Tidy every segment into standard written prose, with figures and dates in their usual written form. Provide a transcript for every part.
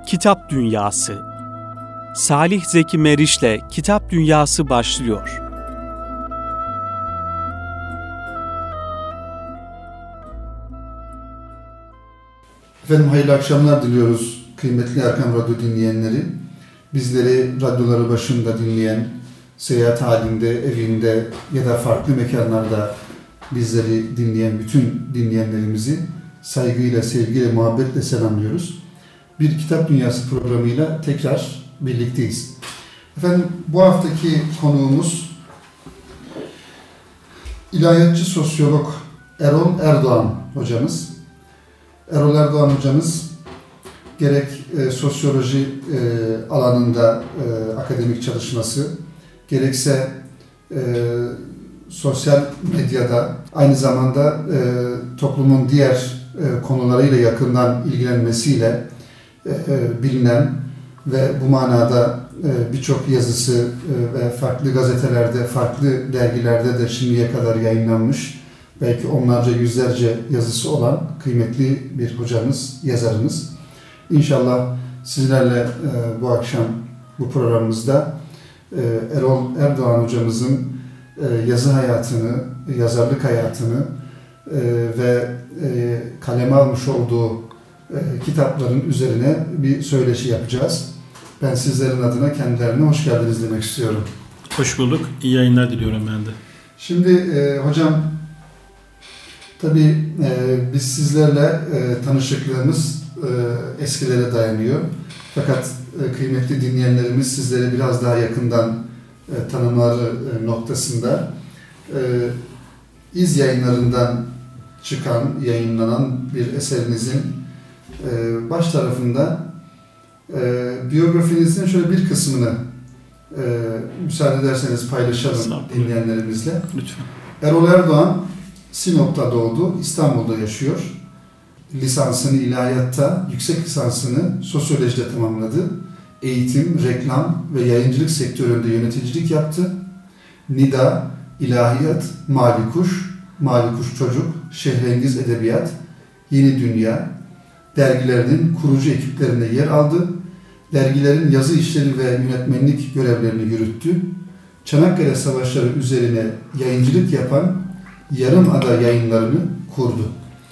Kitap Dünyası. Salih Zeki Meriç'le Kitap Dünyası başlıyor. Efendim hayırlı akşamlar diliyoruz kıymetli Erkam Radyo dinleyenleri. Bizleri radyoları başında dinleyen, seyahat halinde, evinde ya da farklı mekanlarda bizleri dinleyen bütün dinleyenlerimizi saygıyla, sevgiyle, muhabbetle selamlıyoruz. Bir Kitap Dünyası programıyla tekrar birlikteyiz. Efendim bu haftaki konuğumuz ilahiyatçı sosyolog Erol Erdoğan hocamız. Erol Erdoğan hocamız gerek sosyoloji alanında akademik çalışması, gerekse sosyal medyada aynı zamanda toplumun diğer konularıyla yakından ilgilenmesiyle bilinen ve bu manada birçok yazısı ve farklı gazetelerde, farklı dergilerde de şimdiye kadar yayınlanmış, belki onlarca, yüzlerce yazısı olan kıymetli bir hocamız, yazarımız. İnşallah sizlerle bu akşam bu programımızda Erol Erdoğan hocamızın yazı hayatını, yazarlık hayatını ve kaleme almış olduğu kitapların üzerine bir söyleşi yapacağız. Ben sizlerin adına kendilerine hoş geldiniz demek istiyorum. Hoş bulduk. İyi yayınlar diliyorum ben de. Şimdi hocam, tabii biz sizlerle tanışıklığımız eskilere dayanıyor. Fakat kıymetli dinleyenlerimiz sizleri biraz daha yakından tanımaları noktasında İz Yayınlarından çıkan, yayınlanan bir eserinizin baş tarafında biyografinizin şöyle bir kısmını müsaade ederseniz paylaşalım dinleyenlerimizle. Lütfen. Erol Erdoğan Sinop'ta doğdu, İstanbul'da yaşıyor. Lisansını ilahiyatta, yüksek lisansını sosyolojide tamamladı. Eğitim, reklam ve yayıncılık sektöründe yöneticilik yaptı. Nida, İlahiyat, Mavi Kuş, Mavi Kuş Çocuk, Şehrengiz Edebiyat, Yeni Dünya dergilerinin kurucu ekiplerinde yer aldı. Dergilerin yazı işleri ve yönetmenlik görevlerini yürüttü. Çanakkale Savaşları üzerine yayıncılık yapan Yarımada Yayınlarını kurdu.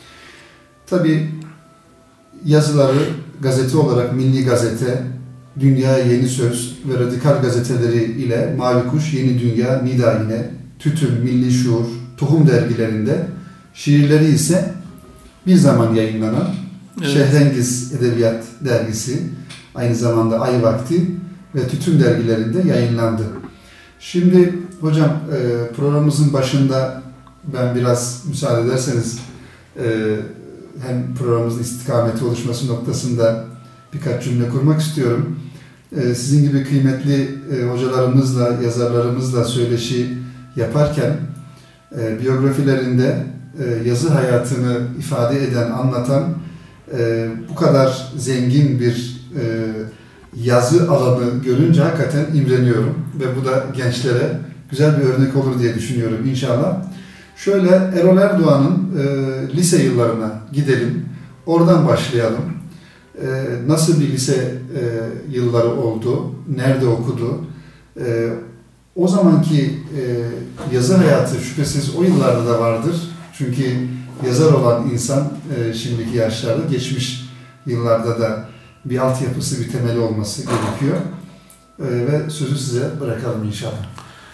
Tabii yazıları gazete olarak Milli Gazete, Dünya Yeni Söz ve Radikal gazeteleri ile Mavi Kuş, Yeni Dünya, Nida yine, Tütün, Milli Şuur, Tohum dergilerinde, şiirleri ise bir zaman yayınlanan Şehrengiz Edebiyat dergisi, aynı zamanda Ay Vakti ve Tütün dergilerinde yayınlandı. Şimdi hocam programımızın başında ben biraz müsaade ederseniz hem programımızın istikameti oluşması noktasında birkaç cümle kurmak istiyorum. Sizin gibi kıymetli hocalarımızla, yazarlarımızla söyleşi yaparken biyografilerinde yazı hayatını ifade eden, anlatan bu kadar zengin bir yazı alanı görünce hakikaten imreniyorum ve bu da gençlere güzel bir örnek olur diye düşünüyorum inşallah. Şöyle Erol Erdoğan'ın lise yıllarına gidelim, oradan başlayalım. Nasıl bir lise yılları oldu, nerede okudu? O zamanki yazı hayatı şüphesiz o yıllarda da vardır. Çünkü yazar olan insan şimdiki yaşlarda, geçmiş yıllarda da bir altyapısı, bir temeli olması gerekiyor. Ve sözü size bırakalım inşallah.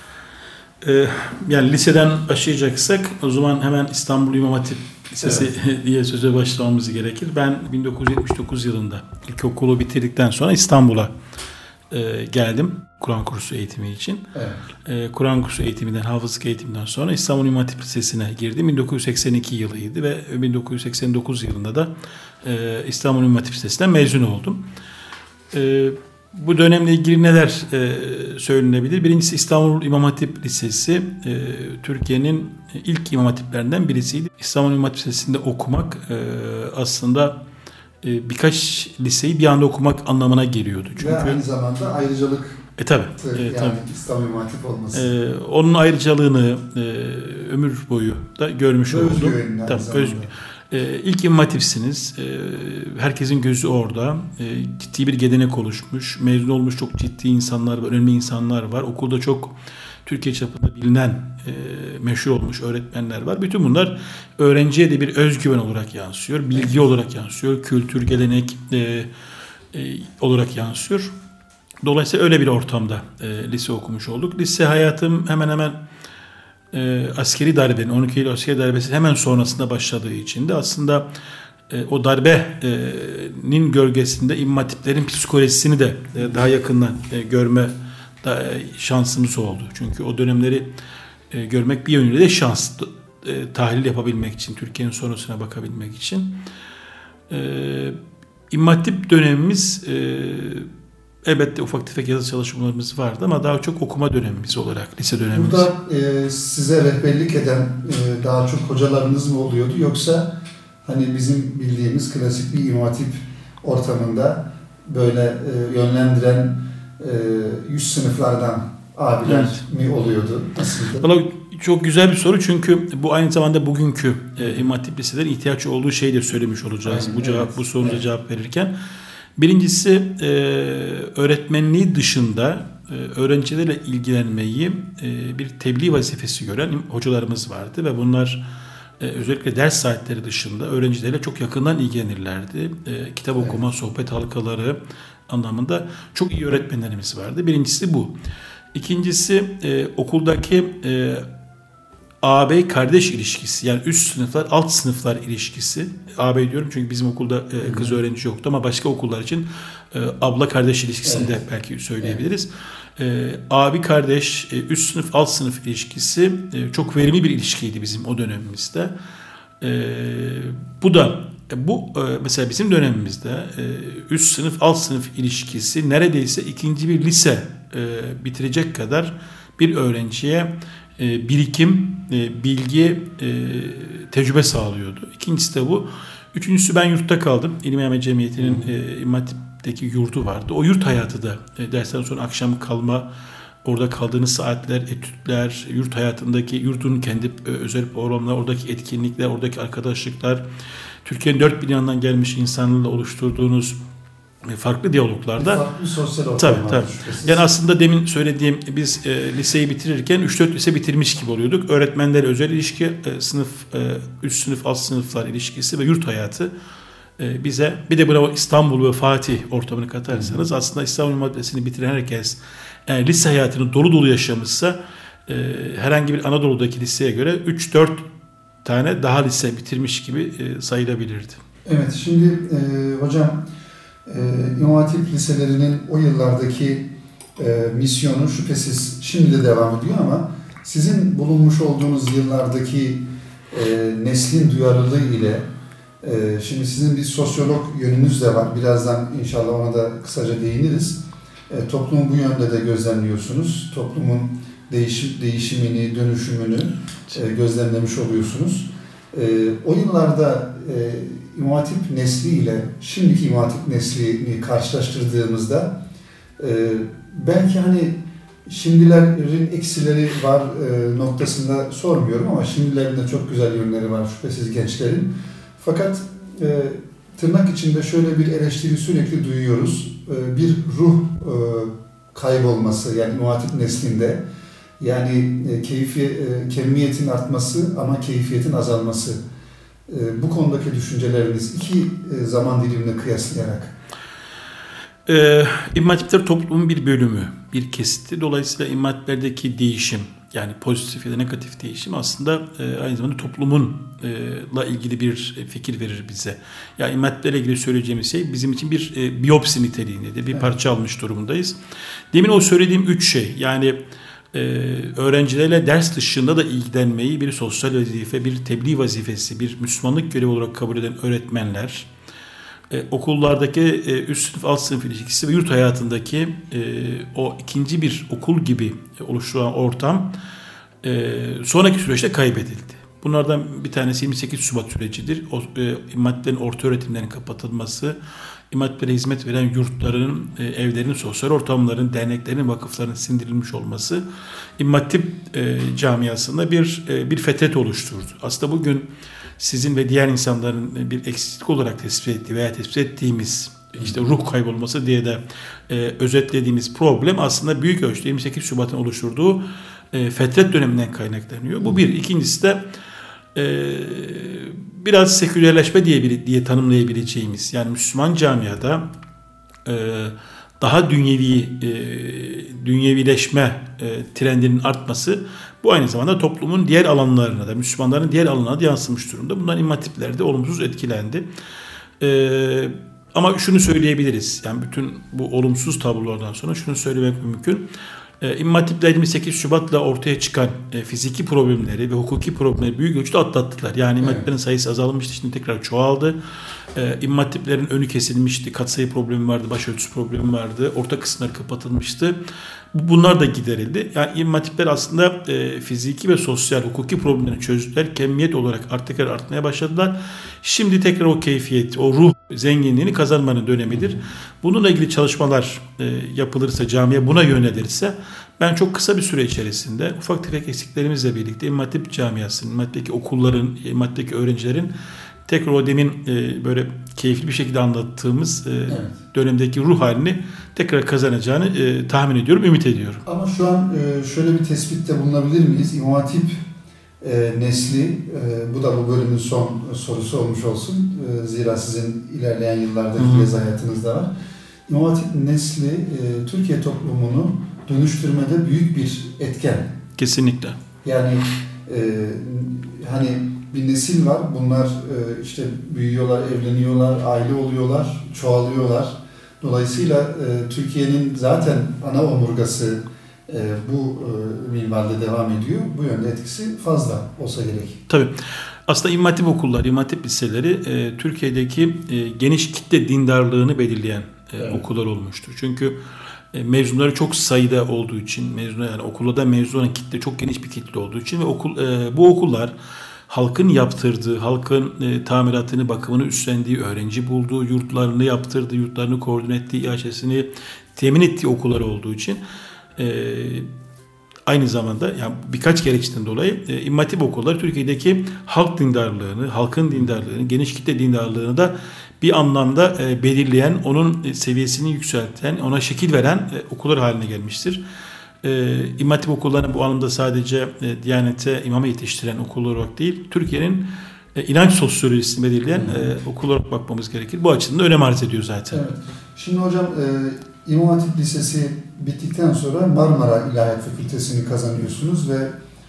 Yani liseden başlayacaksak o zaman hemen İstanbul İmam Hatip Lisesi diye söze başlamamız gerekir. Ben 1979 yılında ilkokulu bitirdikten sonra İstanbul'a geldim Kur'an kursu eğitimi için. Evet. Kur'an kursu eğitiminden, hafızlık eğitiminden sonra İstanbul İmam Hatip Lisesi'ne girdim. 1982 yılıydı ve 1989 yılında da İstanbul İmam Hatip Lisesi'nden mezun oldum. Bu dönemle ilgili neler söylenebilir? Birincisi İstanbul İmam Hatip Lisesi Türkiye'nin ilk imam hatiplerinden birisiydi. İstanbul İmam Hatip Lisesi'nde okumak aslında birkaç liseyi bir anda okumak anlamına geliyordu. Çünkü ve aynı zamanda ayrıcalık tabii. İstanbul İmam Hatip olması. Onun ayrıcalığını ömür boyu da görmüş oldum. İlk İmam Hatip'siniz. Herkesin gözü orada. Ciddi bir gelenek oluşmuş. Mezun olmuş çok ciddi insanlar var, önemli insanlar var. Okulda çok Türkiye çapında bilinen, meşhur olmuş öğretmenler var. Bütün bunlar öğrenciye de bir özgüven olarak yansıyor. Bilgi olarak yansıyor. Kültür, gelenek olarak yansıyor. Dolayısıyla öyle bir ortamda lise okumuş olduk. Lise hayatım hemen hemen askeri darbenin, 12 Eylül askeri darbesi hemen sonrasında başladığı için de aslında o darbenin gölgesinde İmam Hatiplerin psikolojisini de daha yakından görme şansımız oldu. Çünkü o dönemleri görmek bir yönüyle de şans, tahlil yapabilmek için, Türkiye'nin sonrasına bakabilmek için. İmam Hatip dönemimiz elbette ufak tefek yazı çalışmalarımız vardı ama daha çok okuma dönemimiz olarak lise dönemimiz. Burada size rehberlik eden daha çok hocalarınız mı oluyordu, yoksa hani bizim bildiğimiz klasik bir İmam Hatip ortamında böyle yönlendiren üst sınıflardan abiler mi oluyordu? Nasıldı? Vallahi çok güzel bir soru, çünkü bu aynı zamanda bugünkü İmam Hatip liselerin ihtiyaç olduğu şeyi de söylemiş olacağız. Aynen, bu sorunuza cevap verirken. Birincisi öğretmenliği dışında öğrencilerle ilgilenmeyi bir tebliğ vazifesi gören hocalarımız vardı ve bunlar özellikle ders saatleri dışında öğrencilerle çok yakından ilgilenirlerdi. Kitap okuma, sohbet halkaları anlamında çok iyi öğretmenlerimiz vardı. Birincisi bu. İkincisi okuldaki ağabey kardeş ilişkisi, yani üst sınıflar alt sınıflar ilişkisi. Ağabey diyorum çünkü bizim okulda kız öğrenci yoktu ama başka okullar için abla kardeş ilişkisini de belki söyleyebiliriz. Abi kardeş, üst sınıf alt sınıf ilişkisi çok verimli bir ilişkiydi bizim o dönemimizde. Bu mesela bizim dönemimizde üst sınıf alt sınıf ilişkisi neredeyse ikinci bir lise bitirecek kadar bir öğrenciye birikim, bilgi, tecrübe sağlıyordu. İkincisi de bu. Üçüncüsü, ben yurtta kaldım. İlim Yayma Cemiyeti'nin İmam Hatip'teki yurdu vardı. O yurt hayatı da dersten sonra akşam kalma, orada kaldığınız saatler, etütler, yurt hayatındaki yurdun kendi özel programları, oradaki etkinlikler, oradaki arkadaşlıklar, Türkiye'nin dört bir yanından gelmiş insanlarla oluşturduğunuz farklı diyaloglarda. Farklı sosyal ortamlar. Tabii. Yani aslında demin söylediğim, biz liseyi bitirirken 3-4 lise bitirmiş gibi oluyorduk. Öğretmenler özel ilişki, üst sınıf alt sınıflar ilişkisi ve yurt hayatı bize, bir de buna İstanbul ve Fatih ortamını katarsanız aslında İstanbul Üniversitesi'ni bitiren herkes lise hayatını dolu dolu yaşamışsa herhangi bir Anadolu'daki liseye göre 3-4 tane daha lise bitirmiş gibi sayılabilirdi. Evet, şimdi hocam İmam Hatip liselerinin o yıllardaki misyonu şüphesiz şimdi de devam ediyor ama sizin bulunmuş olduğunuz yıllardaki neslin duyarlılığı ile şimdi sizin bir sosyolog yönünüz de var. Birazdan inşallah ona da kısaca değiniriz. Toplumu bu yönde de gözlemliyorsunuz. Toplumun değişimini, dönüşümünü gözlemlemiş oluyorsunuz. O yıllarda İmam Hatip nesli ile şimdiki İmam Hatip neslini karşılaştırdığımızda belki hani şimdilerin eksileri var noktasında sormuyorum ama şimdilerin de çok güzel yönleri var şüphesiz gençlerin. Fakat tırnak içinde şöyle bir eleştiri sürekli duyuyoruz. Bir ruh kaybolması, yani İmam Hatip neslinde, yani kemiyetin artması ama keyfiyetin azalması. Bu konudaki düşünceleriniz iki zaman dilimine kıyaslayarak. İmam Hatipler toplumun bir bölümü, bir kesiti. Dolayısıyla İmam Hatiplerdeki değişim, yani pozitif ya da negatif değişim aslında aynı zamanda toplumunla ilgili bir fikir verir bize. Yani İmam Hatiplerle ilgili söyleyeceğimiz şey bizim için bir biyopsi niteliğindedir. Bir parça almış durumdayız. Demin o söylediğim 3 şey, yani öğrencilerle ders dışında da ilgilenmeyi bir sosyal vazife, bir tebliğ vazifesi, bir Müslümanlık görevi olarak kabul eden öğretmenler, okullardaki üst sınıf alt sınıf ilişkisi ve yurt hayatındaki o ikinci bir okul gibi oluşturan ortam sonraki süreçte kaybedildi. Bunlardan bir tanesi 28 Şubat sürecidir. İmam Hatiplerin orta öğretimlerin kapatılması, İmam Hatiplere hizmet veren yurtların, evlerin, sosyal ortamların, derneklerin, vakıfların sindirilmiş olması İmam Hatip camiasında bir fetret oluşturdu. Aslında bugün sizin ve diğer insanların bir eksiklik olarak tespit ettiği veya tespit ettiğimiz işte ruh kaybolması diye de özetlediğimiz problem aslında büyük ölçüde 28 Şubat'ın oluşturduğu fetret döneminden kaynaklanıyor. Bu bir. İkincisi de biraz sekülerleşme diye tanımlayabileceğimiz, yani Müslüman camiada daha dünyevileşme trendinin artması, bu aynı zamanda toplumun diğer alanlarına da, Müslümanların diğer alanlarına da yansımış durumda. Bundan İmam Hatipler de olumsuz etkilendi. Ama şunu söyleyebiliriz, yani bütün bu olumsuz tablolardan sonra şunu söylemek mümkün. İmam Hatipler 28 Şubat'la ortaya çıkan fiziki problemleri ve hukuki problemleri büyük ölçüde atlattılar. Yani İmam Hatiplerin sayısı azalmıştı, şimdi tekrar çoğaldı. İmam Hatiplerin önü kesilmişti, katsayı problemi vardı, başörtüsü problemi vardı, orta kısımlar kapatılmıştı. Bunlar da giderildi. Yani İmam Hatipler aslında fiziki ve sosyal, hukuki problemleri çözdüler. Kemiyet olarak tekrar artmaya başladılar. Şimdi tekrar o keyfiyet, o ruh zenginliğini kazanmanın dönemidir. Bununla ilgili çalışmalar yapılırsa, camiye buna yönelirse, ben çok kısa bir süre içerisinde ufak tefek eksiklerimizle birlikte İmam Hatip camiasının, İmam Hatip'teki okulların, İmam Hatip'teki öğrencilerin tekrar o demin böyle keyifli bir şekilde anlattığımız dönemdeki ruh halini tekrar kazanacağını tahmin ediyorum, ümit ediyorum. Ama şu an şöyle bir tespitte bulunabilir miyiz? İmam Hatip nesli, bu da bu bölümün son sorusu olmuş olsun. Zira sizin ilerleyen yıllardaki gezi hayatınızda var. İmam Hatip nesli Türkiye toplumunu dönüştürmede büyük bir etken. Kesinlikle. Yani hani bir nesil var. Bunlar işte büyüyorlar, evleniyorlar, aile oluyorlar, çoğalıyorlar. Dolayısıyla Türkiye'nin zaten ana omurgası bu minvalde devam ediyor. Bu yönde etkisi fazla olsa gerek. Tabii. Aslında İmam Hatip okulları, İmam Hatip liseleri Türkiye'deki geniş kitle dindarlığını belirleyen okullar olmuştur. Çünkü mezunları çok sayıda olduğu için, yani okulda mezun olan kitle çok geniş bir kitle olduğu için ve bu okullar halkın yaptırdığı, halkın tamiratını, bakımını üstlendiği, öğrenci bulduğu, yurtlarını yaptırdığı, yurtlarını koordine ettiği, iaşesini temin ettiği okullar olduğu için aynı zamanda yani birkaç gerekçeden dolayı İmam Hatip okulları Türkiye'deki halk dindarlığını, halkın dindarlığını, geniş kitle dindarlığını da bir anlamda belirleyen, onun seviyesini yükselten, ona şekil veren okullar haline gelmiştir. İmam Hatip okullarını bu anlamda sadece Diyanet'e imama yetiştiren okul olarak değil, Türkiye'nin inanç sosyolojisini belirleyen okul olarak bakmamız gerekir. Bu açıdan da önem arz ediyor zaten. Evet. Şimdi hocam İmam Hatip Lisesi bittikten sonra Marmara İlahiyat Fakültesini kazanıyorsunuz ve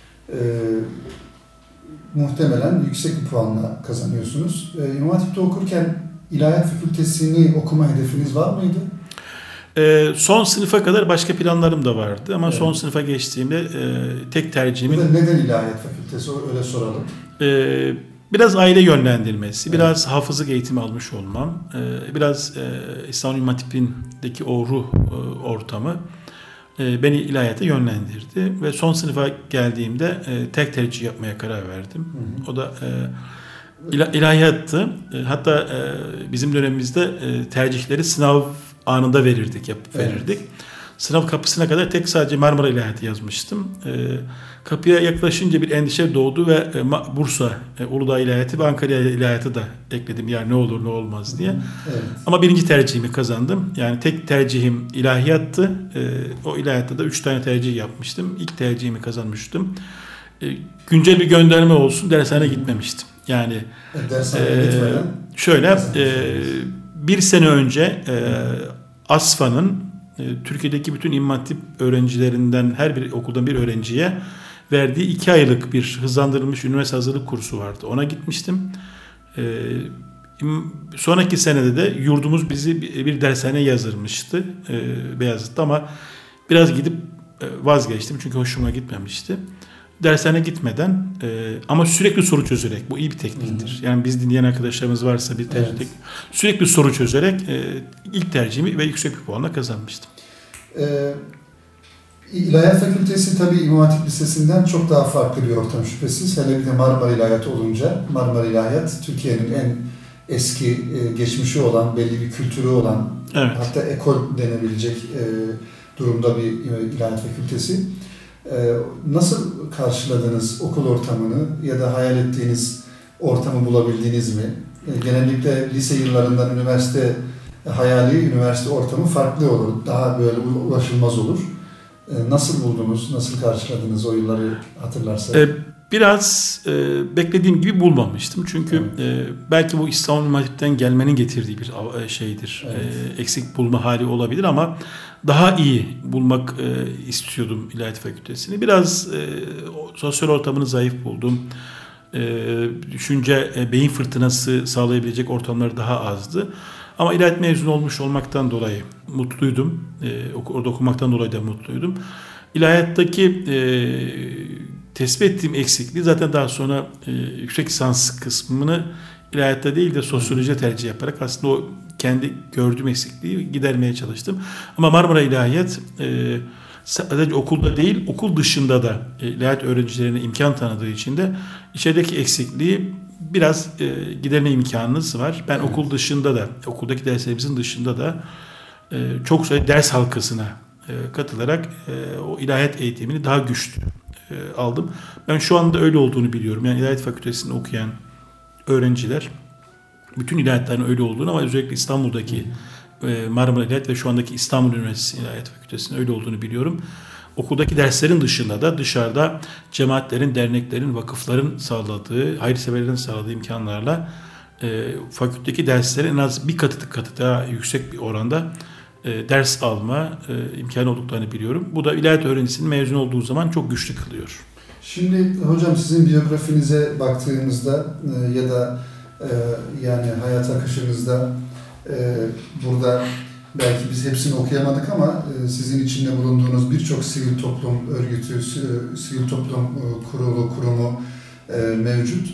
muhtemelen yüksek bir puanla kazanıyorsunuz. İmam Hatip'te okurken İlahiyat Fakültesini okuma hedefiniz var mıydı? Son sınıfa kadar başka planlarım da vardı ama son sınıfa geçtiğimde tek tercihimin... Neden İlahiyat Fakültesi? Öyle soralım. Biraz aile yönlendirmesi, biraz hafızlık eğitimi almış olmam, biraz İstanbul İmam Hatip'indeki o ruh ortamı beni ilahiyata yönlendirdi ve son sınıfa geldiğimde tek tercih yapmaya karar verdim. O da ilahiyattı. Hatta bizim dönemimizde tercihleri sınav anında verirdik. Sınav kapısına kadar sadece Marmara İlahiyatı yazmıştım. Kapıya yaklaşınca bir endişe doğdu ve Bursa, Uludağ İlahiyatı ve Ankara İlahiyatı da ekledim. Yani ne olur ne olmaz diye. Evet. Ama birinci tercihimi kazandım. Yani tek tercihim ilahiyattı. O ilahiyatta da 3 tane tercih yapmıştım. İlk tercihimi kazanmıştım. Güncel bir gönderme olsun, dershaneye gitmemiştim. Yani şöyle bir sene önce ASFA'nın Türkiye'deki bütün İmam Hatip öğrencilerinden her bir okuldan bir öğrenciye verdiği 2 aylık bir hızlandırılmış üniversite hazırlık kursu vardı. Ona gitmiştim. Sonraki senede de yurdumuz bizi bir dershaneye yazdırmıştı Beyazıt'ta ama biraz gidip vazgeçtim çünkü hoşuma gitmemişti. Dershane gitmeden ama sürekli soru çözerek, bu iyi bir tekniktir. Yani biz dinleyen arkadaşlarımız varsa bir tercih, sürekli soru çözerek ilk tercihimi ve yüksek bir puanla kazanmıştım. İlahiyat Fakültesi tabii İmam Hatip Lisesi'nden çok daha farklı bir ortam şüphesiz. Hele bir de Marmara İlahiyatı olunca, Marmara İlahiyat Türkiye'nin en eski geçmişi olan, belli bir kültürü olan, evet, hatta ekol denebilecek durumda bir ilahiyat fakültesi. Nasıl karşıladınız okul ortamını ya da hayal ettiğiniz ortamı bulabildiniz mi? Genellikle lise yıllarından üniversite hayali, üniversite ortamı farklı olur. Daha böyle ulaşılmaz olur. Nasıl buldunuz, nasıl karşıladınız o yılları hatırlarsanız? Biraz beklediğim gibi bulmamıştım. Çünkü belki bu İstanbul İmam Hatip'ten gelmenin getirdiği bir şeydir. Evet. Eksik bulma hali olabilir ama daha iyi bulmak istiyordum İlahiyat Fakültesini. Biraz sosyal ortamını zayıf buldum. Düşünce, beyin fırtınası sağlayabilecek ortamları daha azdı. Ama ilahiyat mezunu olmuş olmaktan dolayı mutluydum. Orada okumaktan dolayı da mutluydum. İlahiyattaki tespit ettiğim eksikliği zaten daha sonra yüksek lisans kısmını ilahiyatta değil de sosyolojiye tercih yaparak aslında o kendi gördüğüm eksikliği gidermeye çalıştım. Ama Marmara İlahiyat sadece okulda değil, okul dışında da ilahiyat öğrencilerine imkan tanıdığı için de içerideki eksikliği biraz giderme imkanınız var. Ben okul dışında da, okuldaki derslerimizin dışında da çok sayıda ders halkasına katılarak o ilahiyat eğitimini daha güçlü aldım. Ben şu anda öyle olduğunu biliyorum. Yani İlahiyat Fakültesi'nde okuyan öğrenciler, bütün ilahiyatların öyle olduğunu ama özellikle İstanbul'daki Marmara İlahiyat ve şu andaki İstanbul Üniversitesi İlahiyat Fakültesi'nin öyle olduğunu biliyorum. Okuldaki derslerin dışında da dışarıda cemaatlerin, derneklerin, vakıfların sağladığı, hayırseverlerin sağladığı imkanlarla fakültedeki dersleri en az bir katı daha yüksek bir oranda ders alma imkanı olduklarını biliyorum. Bu da ilahiyat öğrencisinin mezun olduğu zaman çok güçlü kılıyor. Şimdi hocam sizin biyografinize baktığımızda ya da yani hayat akışınızda burada belki biz hepsini okuyamadık ama sizin içinde bulunduğunuz birçok sivil toplum örgütü, sivil toplum kurumu mevcut.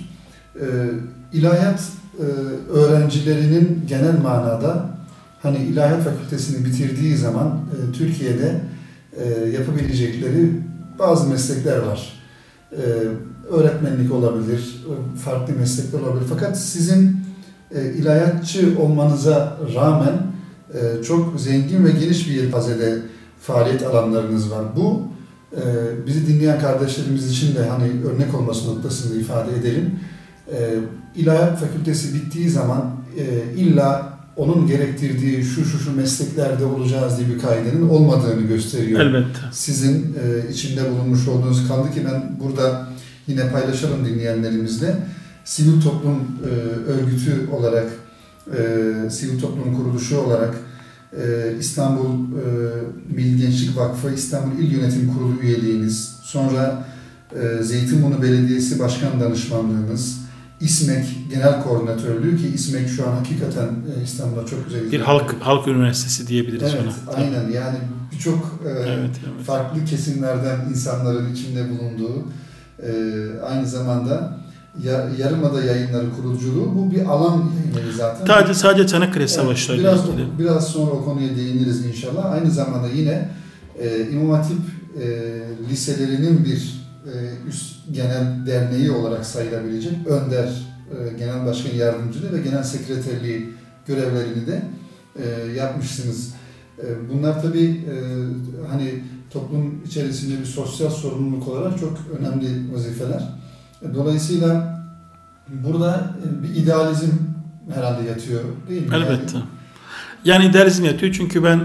İlahiyat öğrencilerinin genel manada hani ilahiyat fakültesini bitirdiği zaman Türkiye'de yapabilecekleri bazı meslekler var. Öğretmenlik olabilir, farklı meslekler olabilir. Fakat sizin ilahiyatçı olmanıza rağmen çok zengin ve geniş bir yelpazede faaliyet alanlarınız var. Bu bizi dinleyen kardeşlerimiz için de hani örnek olması noktasında ifade edelim. İlahiyat fakültesi bittiği zaman illa onun gerektirdiği şu mesleklerde olacağız diye bir kaidenin olmadığını gösteriyor. Elbette. Sizin içinde bulunmuş olduğunuz kaldı ki ben burada yine paylaşalım dinleyenlerimizle. Sivil toplum örgütü olarak, sivil toplum kuruluşu olarak İstanbul Milli Gençlik Vakfı, İstanbul İl Yönetim Kurulu üyeliğiniz, sonra Zeytinburnu Belediyesi Başkan Danışmanlığınız, İSMEK Genel Koordinatörlüğü ki İSMEK şu an hakikaten İstanbul'da çok güzel. Bir halk üniversitesi diyebiliriz evet, ona. Aynen yani birçok farklı kesimlerden insanların içinde bulunduğu aynı zamanda Yarımada Yayınları kuruculuğu bu bir alan yayınları zaten. Sadece Çanakkale Savaşları ile ilgili. Biraz sonra o konuya değiniriz inşallah. Aynı zamanda yine İmam Hatip liselerinin bir üst genel derneği olarak sayılabilecek Önder Genel Başkan Yardımcılığı ve Genel Sekreterliği görevlerini de yapmışsınız. Bunlar tabii hani toplum içerisinde bir sosyal sorumluluk olarak çok önemli vazifeler. Dolayısıyla burada bir idealizm herhalde yatıyor değil mi? Elbette. Yani idealizm yatıyor çünkü ben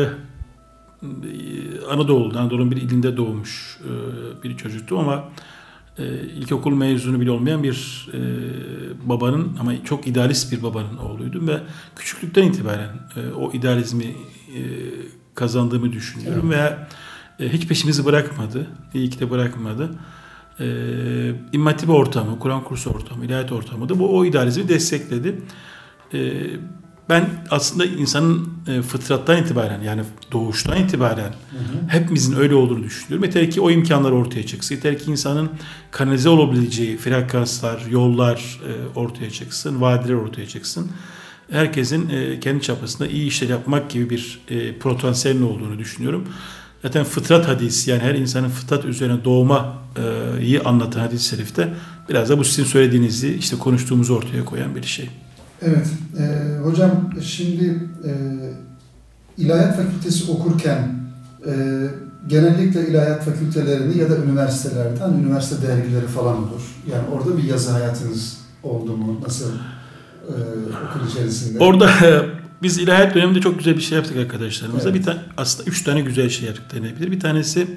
Anadolu'nun bir ilinde doğmuş bir çocuktum ama ilkokul mezunu bile olmayan bir babanın ama çok idealist bir babanın oğluydum ve küçüklükten itibaren o idealizmi kazandığımı düşünüyorum ve hiç peşimizi bırakmadı. İyi ki de bırakmadı. İmam Hatip ortamı, Kur'an kursu ortamı, ilahiyat ortamı da o idealizmi destekledi. Ben aslında insanın fıtrattan itibaren yani doğuştan itibaren hepimizin öyle olduğunu düşünüyorum. Yeter ki o imkanlar ortaya çıksın. Yeter ki insanın kanalize olabileceği frekanslar, yollar ortaya çıksın, vadiler ortaya çıksın. Herkesin kendi çapasında iyi işler yapmak gibi bir potansiyelin olduğunu düşünüyorum. Zaten fıtrat hadisi, yani her insanın fıtrat üzerine doğmayı anlatan hadis-i şerifte biraz da bu sizin söylediğinizi, işte konuştuğumuzu ortaya koyan bir şey. Evet. Hocam şimdi İlahiyat Fakültesi okurken genellikle ilahiyat fakültelerini ya da üniversitelerden, üniversite dergileri falan olur. Yani orada bir yazı hayatınız oldu mu? Nasıl okul içerisinde? Orada biz ilahiyat döneminde çok güzel bir şey yaptık arkadaşlarımızla. Evet. Aslında 3 tane güzel şey yaptık denebilir. Bir tanesi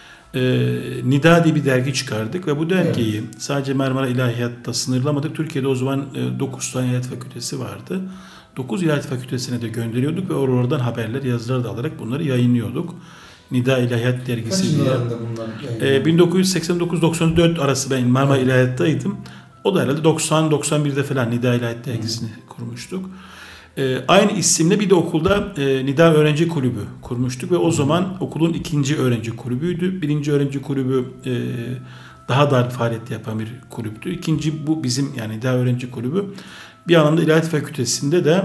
Nida diye bir dergi çıkardık ve bu dergiyi sadece Marmara İlahiyat'ta sınırlamadık. Türkiye'de o zaman 9 tane ilahiyat fakültesi vardı. 9 ilahiyat fakültesine de gönderiyorduk ve oradan haberler, yazılar da alarak bunları yayınlıyorduk. Nida İlahiyat Dergisi diye. Kaç yıllarında bunlar 1989-94 arası ben Marmara İlahiyat'taydım. O da herhalde 90-91'de falan Nida İlahiyat Dergisi'ni kurmuştuk. Aynı isimle bir de okulda Nida Öğrenci Kulübü kurmuştuk ve o zaman okulun 2. öğrenci kulübüydü. 1. öğrenci kulübü daha dar faaliyet yapan bir kulüptü. 2. bu bizim, yani Nida Öğrenci Kulübü bir anlamda İlahiyat Fakültesi'nde de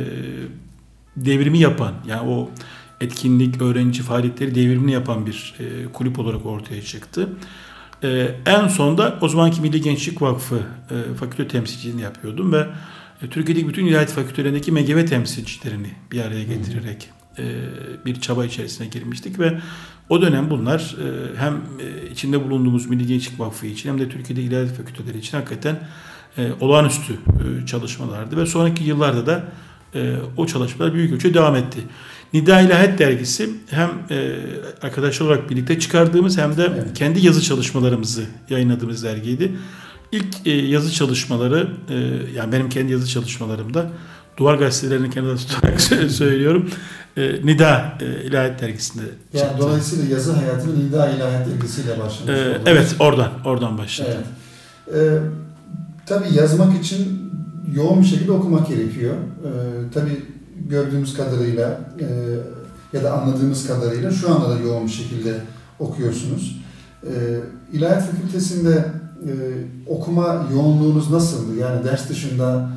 devrimi yapan, yani o etkinlik, öğrenci faaliyetleri devrimini yapan bir kulüp olarak ortaya çıktı. En sonda o zamanki Milli Gençlik Vakfı fakülte temsilciliğini yapıyordum ve Türkiye'deki bütün ilahiyat fakültelerindeki MGV temsilcilerini bir araya getirerek bir çaba içerisine girmiştik ve o dönem bunlar hem içinde bulunduğumuz Milli Gençlik Vakfı için hem de Türkiye'de ilahiyat fakülteleri için hakikaten olağanüstü çalışmalardı ve sonraki yıllarda da o çalışmalar büyük ölçüde devam etti. Nida İlahiyat Dergisi hem arkadaşlar olarak birlikte çıkardığımız hem de kendi yazı çalışmalarımızı yayınladığımız dergiydi. İlk yazı çalışmaları, yani benim kendi yazı çalışmalarımda duvar gazetelerinin kenarında tutarak söylüyorum, Nida İlahiyat Dergisi'nde yani çıktı. Dolayısıyla yazı hayatının Nida İlahiyat Dergisi'yle başlamış oldu. Evet, oradan başladı. Evet. Tabii yazmak için yoğun bir şekilde okumak gerekiyor. Tabii gördüğümüz kadarıyla ya da anladığımız kadarıyla şu anda da yoğun bir şekilde okuyorsunuz. İlahiyat Fakültesi'nde okuma yoğunluğunuz nasıldı? Yani ders dışında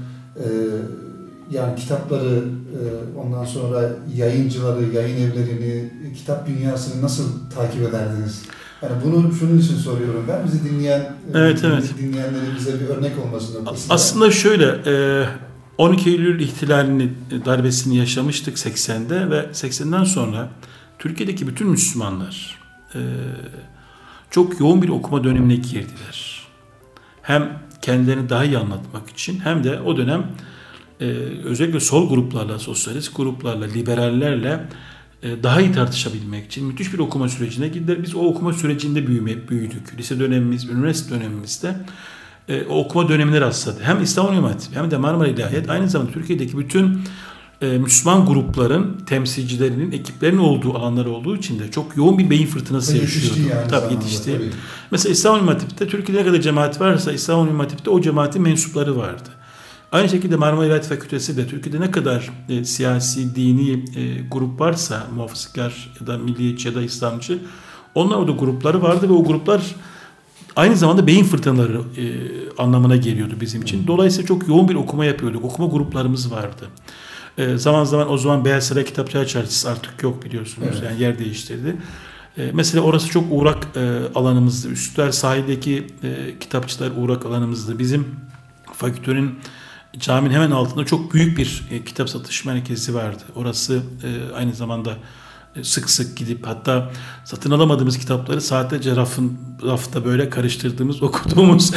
yani kitapları, ondan sonra yayıncıları, yayın evlerini, kitap dünyasını nasıl takip ederdiniz? Yani bunu şunun için soruyorum ben. Bizi dinleyen dinleyenlere bize bir örnek olması noktasında. Aslında şöyle, 12 Eylül ihtilalini, darbesini yaşamıştık 80'de ve 80'den sonra Türkiye'deki bütün Müslümanlar çok yoğun bir okuma dönemine girdiler. Hem kendilerini daha iyi anlatmak için hem de o dönem özellikle sol gruplarla, sosyalist gruplarla, liberallerle daha iyi tartışabilmek için müthiş bir okuma sürecine girdiler. Biz o okuma sürecinde büyüdük. Lise dönemimiz, üniversite dönemimizde o okuma dönemine rastladı. Hem İstanbul İmam Hatip hem de Marmara İlahiyat aynı zamanda Türkiye'deki bütün Müslüman grupların temsilcilerinin, ekiplerinin olduğu alanlar olduğu için de çok yoğun bir beyin fırtınası yaşıyordu. Tabii yetişti. Tabii. Mesela İstanbul İmam Hatip'te Türkiye'de ne kadar cemaat varsa İstanbul İmam Hatip'te o cemaatin mensupları vardı. Aynı şekilde Marmara İlahiyat Fakültesi de Türkiye'de ne kadar siyasi, dini grup varsa, muhafazakar ya da milliyetçi ya da İslamcı, onlar orada grupları vardı ve o gruplar aynı zamanda beyin fırtınaları anlamına geliyordu bizim için. Dolayısıyla çok yoğun bir okuma yapıyorduk. Okuma gruplarımız vardı. Zaman zaman o zaman Beyaz Saray Kitapçılar Çarşısı artık yok biliyorsunuz. Evet. Yani yer değiştirdi. Mesela orası çok uğrak alanımızdı. Üstler sahildeki kitapçılar uğrak alanımızdı. Bizim fakültenin caminin hemen altında çok büyük bir kitap satış merkezi vardı. Orası aynı zamanda sık sık gidip hatta satın alamadığımız kitapları saatlerce rafta böyle karıştırdığımız, okuduğumuz